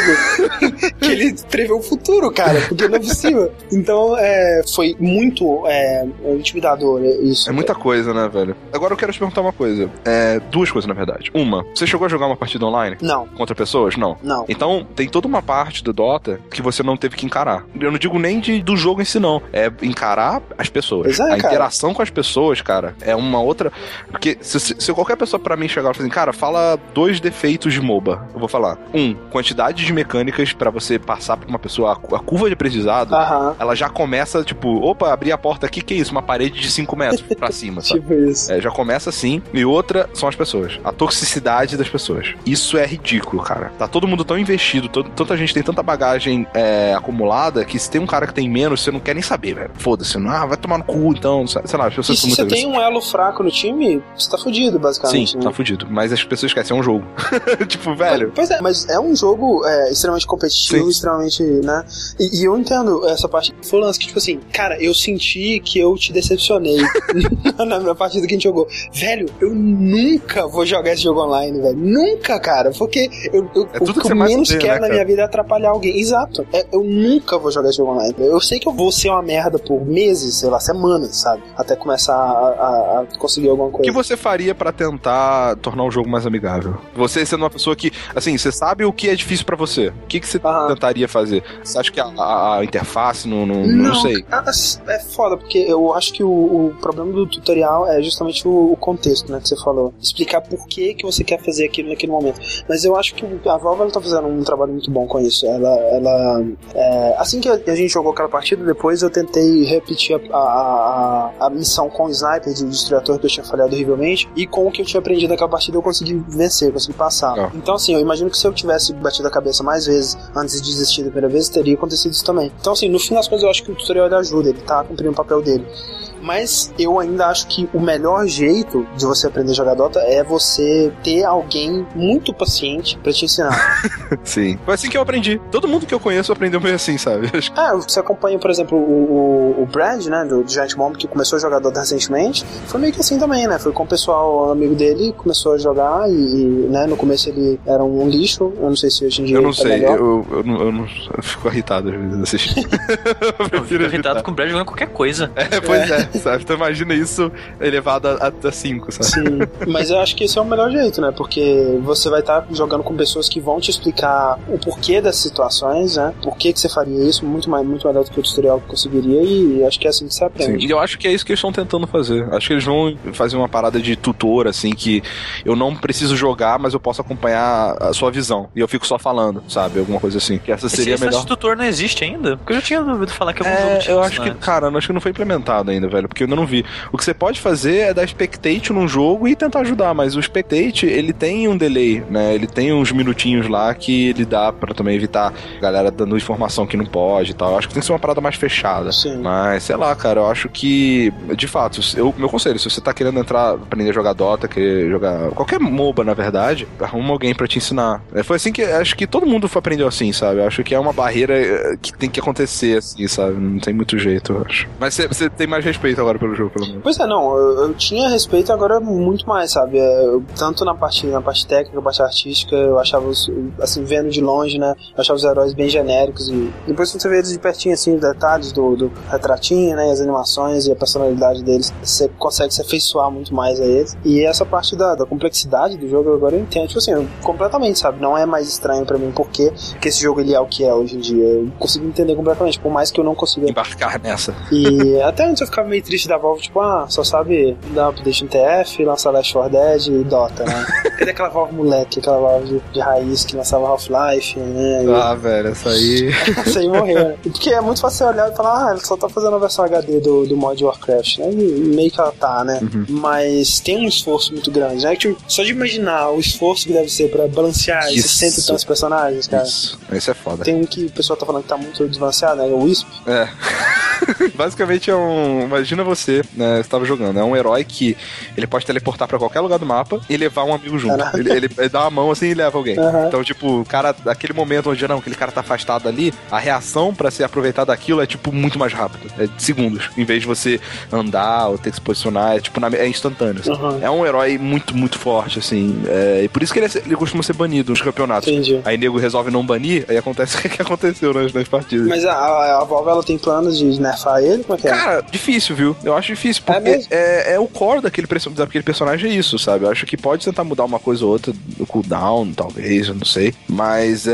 Speaker 2: que ele preveu o futuro, cara, porque não é possível. Então, é, foi muito é, intimidador isso.
Speaker 1: É muita coisa, né, velho? Agora eu quero te perguntar uma coisa. É, duas coisas, na verdade. Uma, você chegou a jogar uma partida online?
Speaker 2: Não.
Speaker 1: Contra pessoas? Não.
Speaker 2: Não.
Speaker 1: Então, tem toda uma parte do Dota que você não teve que encarar. Eu não digo nem de, do jogo em si, não. É encarar as pessoas.
Speaker 2: É,
Speaker 1: a
Speaker 2: cara.
Speaker 1: interação com as pessoas, cara, é uma outra... Porque se, se, se qualquer pessoa pra mim chegar e falar assim, cara, fala dois defeitos de MOBA, eu vou falar. Um, quantidade de mecânicas pra você passar pra uma pessoa, a, a curva de aprendizado,
Speaker 2: uh-huh.
Speaker 1: ela já começa, tipo, opa, abri a porta aqui, que é isso? Uma parede de cinco metros pra cima, sabe?
Speaker 2: Tipo isso.
Speaker 1: É, já começa assim. E outra são as pessoas. A toxicidade das pessoas. Isso é ridículo, cara. Tá todo mundo tão investido, todo, tanta gente tem tanta bagagem é, acumulada, que se tem um cara que tem menos, você não quer nem saber, velho. Foda-se. Ah, vai tomar no cu, então. Sei lá, as pessoas
Speaker 2: e
Speaker 1: são
Speaker 2: se
Speaker 1: muito
Speaker 2: você tem um elo fraco no time, você tá fudido, basicamente.
Speaker 1: Sim,
Speaker 2: né?
Speaker 1: tá fudido. Mas as pessoas esquecem, é um jogo. Tipo, velho.
Speaker 2: Pois é, mas é um jogo é, extremamente competitivo, sim. extremamente, né? E, e eu entendo essa parte. Foi um lance que, tipo assim, cara, eu senti que eu te decepcionei na, na partida que a gente jogou. Velho, eu nunca vou jogar esse jogo online, velho. Nunca, cara. Porque eu, eu,
Speaker 1: é
Speaker 2: o que, que eu menos tem, quero né, na minha vida é atrapalhar alguém. Exato. É, eu nunca vou jogar esse jogo online. Eu sei que eu vou ser uma merda por meses, sei lá, semanas, sabe? Até começar a, a, a conseguir alguma coisa.
Speaker 1: O que você faria pra tentar tornar o jogo mais amigável? Você sendo uma pessoa que, assim, você sabe o que é difícil pra você. O que, que você ah. tentaria fazer? Você acha que a, a, a interface não, não, não, não sei?
Speaker 2: É foda, porque eu acho que o, o problema do tutorial é justamente o, o contexto, né, que você falou. Explicar por que, que você quer fazer aquilo naquele momento. Mas eu acho que a Valve, ela tá fazendo um trabalho muito bom com isso. Ela, ela é, assim que a gente jogou aquela partida, depois eu tentei repetir a, a, a, a missão com o Sniper de destruidor que eu tinha falhado horrivelmente, e com o que eu tinha aprendido naquela partida eu consegui vencer, eu consegui passar. Oh. Então assim, eu imagino que se eu tivesse batido a cabeça mais vezes antes de desistir da primeira vez, teria acontecido isso também. Então assim, no fim das contas eu acho que o tutorial ele ajuda, ele tá cumprindo o papel dele. Mas eu ainda acho que o melhor jeito de você aprender a jogar Dota é você ter alguém muito paciente pra te ensinar.
Speaker 1: Sim. Foi assim que eu aprendi. Todo mundo que eu conheço aprendeu meio assim, sabe?
Speaker 2: Ah, você acompanha, por exemplo, o, o, o Brad, né, do Giant Bomb, que começou a jogar Dota recentemente. Foi meio que assim também, né? Foi com o pessoal amigo dele, começou a jogar e, e né, no começo ele era um lixo. Eu não sei se hoje em dia
Speaker 1: eu não
Speaker 2: ele tá
Speaker 1: sei,
Speaker 2: melhor.
Speaker 1: Eu, eu, não, eu não eu fico irritado às vezes assistindo.
Speaker 3: eu prefiro eu fico irritado com o Brad jogando qualquer coisa.
Speaker 1: É, pois é. é. Sabe? Então imagina isso elevado a cinco, sabe?
Speaker 2: Sim, mas eu acho que esse é o melhor jeito, né? Porque você vai estar jogando com pessoas que vão te explicar o porquê das situações, né? Por que que você faria isso, muito mais, muito melhor do que o tutorial conseguiria, e acho que é assim que você aprende.
Speaker 1: Sim, e eu acho que é isso que eles estão tentando fazer. Acho que eles vão fazer uma parada de tutor, assim, que eu não preciso jogar, mas eu posso acompanhar a sua visão. E eu fico só falando, sabe? Alguma coisa assim. Que essa seria
Speaker 3: esse,
Speaker 1: melhor.
Speaker 3: Esse tutor não existe ainda? Porque eu já tinha ouvido falar que algum
Speaker 1: é,
Speaker 3: jogo tinha
Speaker 1: eu
Speaker 3: isso,
Speaker 1: acho
Speaker 3: né?
Speaker 1: que, cara, eu acho que não foi implementado ainda, velho. velho, porque eu ainda não vi. O que você pode fazer é dar spectate num jogo e tentar ajudar, mas o spectate, ele tem um delay, né? Ele tem uns minutinhos lá que ele dá pra também evitar a galera dando informação que não pode e tal. Eu acho que tem que ser uma parada mais fechada.
Speaker 2: Sim.
Speaker 1: Mas, sei lá, cara, eu acho que, de fato, eu, meu conselho, se você tá querendo entrar, aprender a jogar Dota, querer jogar qualquer MOBA, na verdade, arruma alguém pra te ensinar. É, foi assim que, acho que todo mundo foi aprendeu assim, sabe? Eu acho que é uma barreira que tem que acontecer, assim, sabe? Não tem muito jeito, eu acho. Mas você tem mais respeito agora pelo jogo, pelo menos.
Speaker 2: Pois é, não, eu, eu tinha respeito agora muito mais, sabe? Eu, tanto na parte, na parte técnica, na parte artística, eu achava os, assim, vendo de longe, né? Eu achava os heróis bem genéricos e depois quando você vê eles de pertinho, assim, os detalhes do, do retratinho, né? E as animações e a personalidade deles, você consegue se afeiçoar muito mais a eles. E essa parte da, da complexidade do jogo agora eu entendo, tipo assim, eu, completamente, sabe? Não é mais estranho pra mim porque que esse jogo ele é o que é hoje em dia. Eu consigo entender completamente, por mais que eu não consiga
Speaker 1: embarcar nessa.
Speaker 2: E até antes eu ficava meio triste da Valve, tipo, ah, só sabe dar update no T F, lançar Last four Dead e Dota, né? Cadê aquela Valve moleque, aquela Valve de, de raiz que lançava Half-Life, né? E...
Speaker 1: Ah, velho, essa aí...
Speaker 2: essa aí morreu, né? Porque é muito fácil você olhar e falar, ah, ele só tá fazendo a versão H D do, do mod Warcraft, né? E meio que ela tá, né? Uhum. Mas tem um esforço muito grande, né? Tipo, só de imaginar o esforço que deve ser pra balancear
Speaker 1: Isso.
Speaker 2: esses cento e tantos personagens, cara.
Speaker 1: Isso. Isso é foda.
Speaker 2: Tem um que o pessoal tá falando que tá muito desbalanceado, né? O Wisp.
Speaker 1: É. Basicamente é um... Imagina você, né? Você tava jogando. É um herói que ele pode teleportar pra qualquer lugar do mapa e levar um amigo junto. Ele, ele, ele dá uma mão assim e leva alguém. Uhum. Então, tipo, o cara, naquele momento onde não, aquele cara tá afastado ali, a reação pra se aproveitar daquilo é, tipo, muito mais rápido. É de segundos. Em vez de você andar ou ter que se posicionar, é, tipo, na, é instantâneo. Assim. Uhum. É um herói muito, muito forte, assim. É, e por isso que ele, é, ele costuma ser banido nos campeonatos.
Speaker 2: Entendi.
Speaker 1: Aí nego resolve não banir, aí acontece o que aconteceu nas, nas partidas.
Speaker 2: Mas a, a, a Valve, ela tem planos de nerfar ele? Como é que é?
Speaker 1: Cara, difícil, viu? Eu acho difícil, porque é, é, é o core daquele, daquele personagem, é isso, sabe? Eu acho que pode tentar mudar uma coisa ou outra no cooldown, talvez, eu não sei. Mas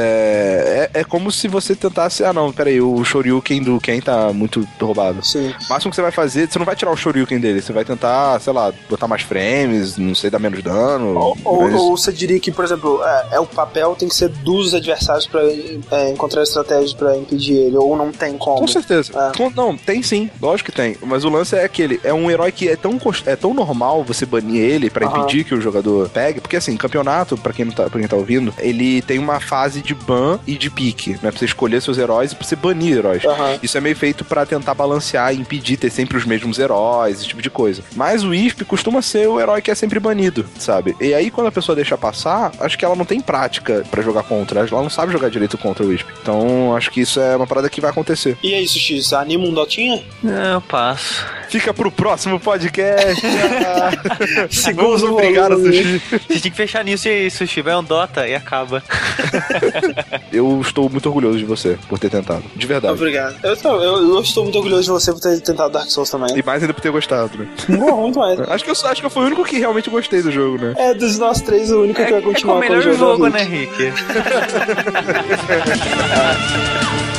Speaker 1: é, é, é como se você tentasse... Ah, não, peraí, o Shoryuken do Ken tá muito roubado.
Speaker 2: Sim.
Speaker 1: O máximo que você vai fazer, você não vai tirar o Shoryuken dele, você vai tentar, sei lá, botar mais frames, não sei, dar menos dano.
Speaker 2: Ou,
Speaker 1: mas...
Speaker 2: ou você diria que, por exemplo, é, é o papel tem que ser dos adversários pra é, encontrar estratégias pra impedir ele, ou não tem como?
Speaker 1: Com certeza.
Speaker 2: É.
Speaker 1: Com, não, tem sim, lógico que tem. Mas o lance é aquele, é um herói que é tão, é tão normal você banir ele pra uhum. impedir que o jogador pegue, porque assim, campeonato, pra quem, não tá, pra quem tá ouvindo, ele tem uma fase de ban e de pique, né? Pra você escolher seus heróis e pra você banir heróis. Uhum. Isso é meio feito pra tentar balancear e impedir ter sempre os mesmos heróis, esse tipo de coisa. Mas o Wisp costuma ser o herói que é sempre banido, sabe? E aí quando a pessoa deixa passar, acho que ela não tem prática pra jogar contra, ela não sabe jogar direito contra o Wisp. Então acho que isso é uma parada que vai acontecer.
Speaker 2: E é isso, X, anima um Dotinha?
Speaker 3: É, eu passo.
Speaker 1: Fica pro próximo podcast.
Speaker 2: Segundo
Speaker 1: Vamos obrigado, Sushi.
Speaker 3: Você tinha que fechar nisso e aí, Sushi, vai um Dota e acaba.
Speaker 1: Eu estou muito orgulhoso de você por ter tentado. De verdade.
Speaker 2: Obrigado. Eu, eu, eu estou muito orgulhoso de você por ter tentado Dark Souls também.
Speaker 1: E mais ainda por ter gostado, né?
Speaker 2: Bom, muito mais.
Speaker 1: Acho que, eu, acho que eu fui o único que realmente gostei do jogo, né?
Speaker 2: É, dos nós três, o único
Speaker 3: é,
Speaker 2: que vai continuar
Speaker 3: é
Speaker 2: com o
Speaker 3: melhor
Speaker 2: jogo.
Speaker 3: jogo, né, Rick?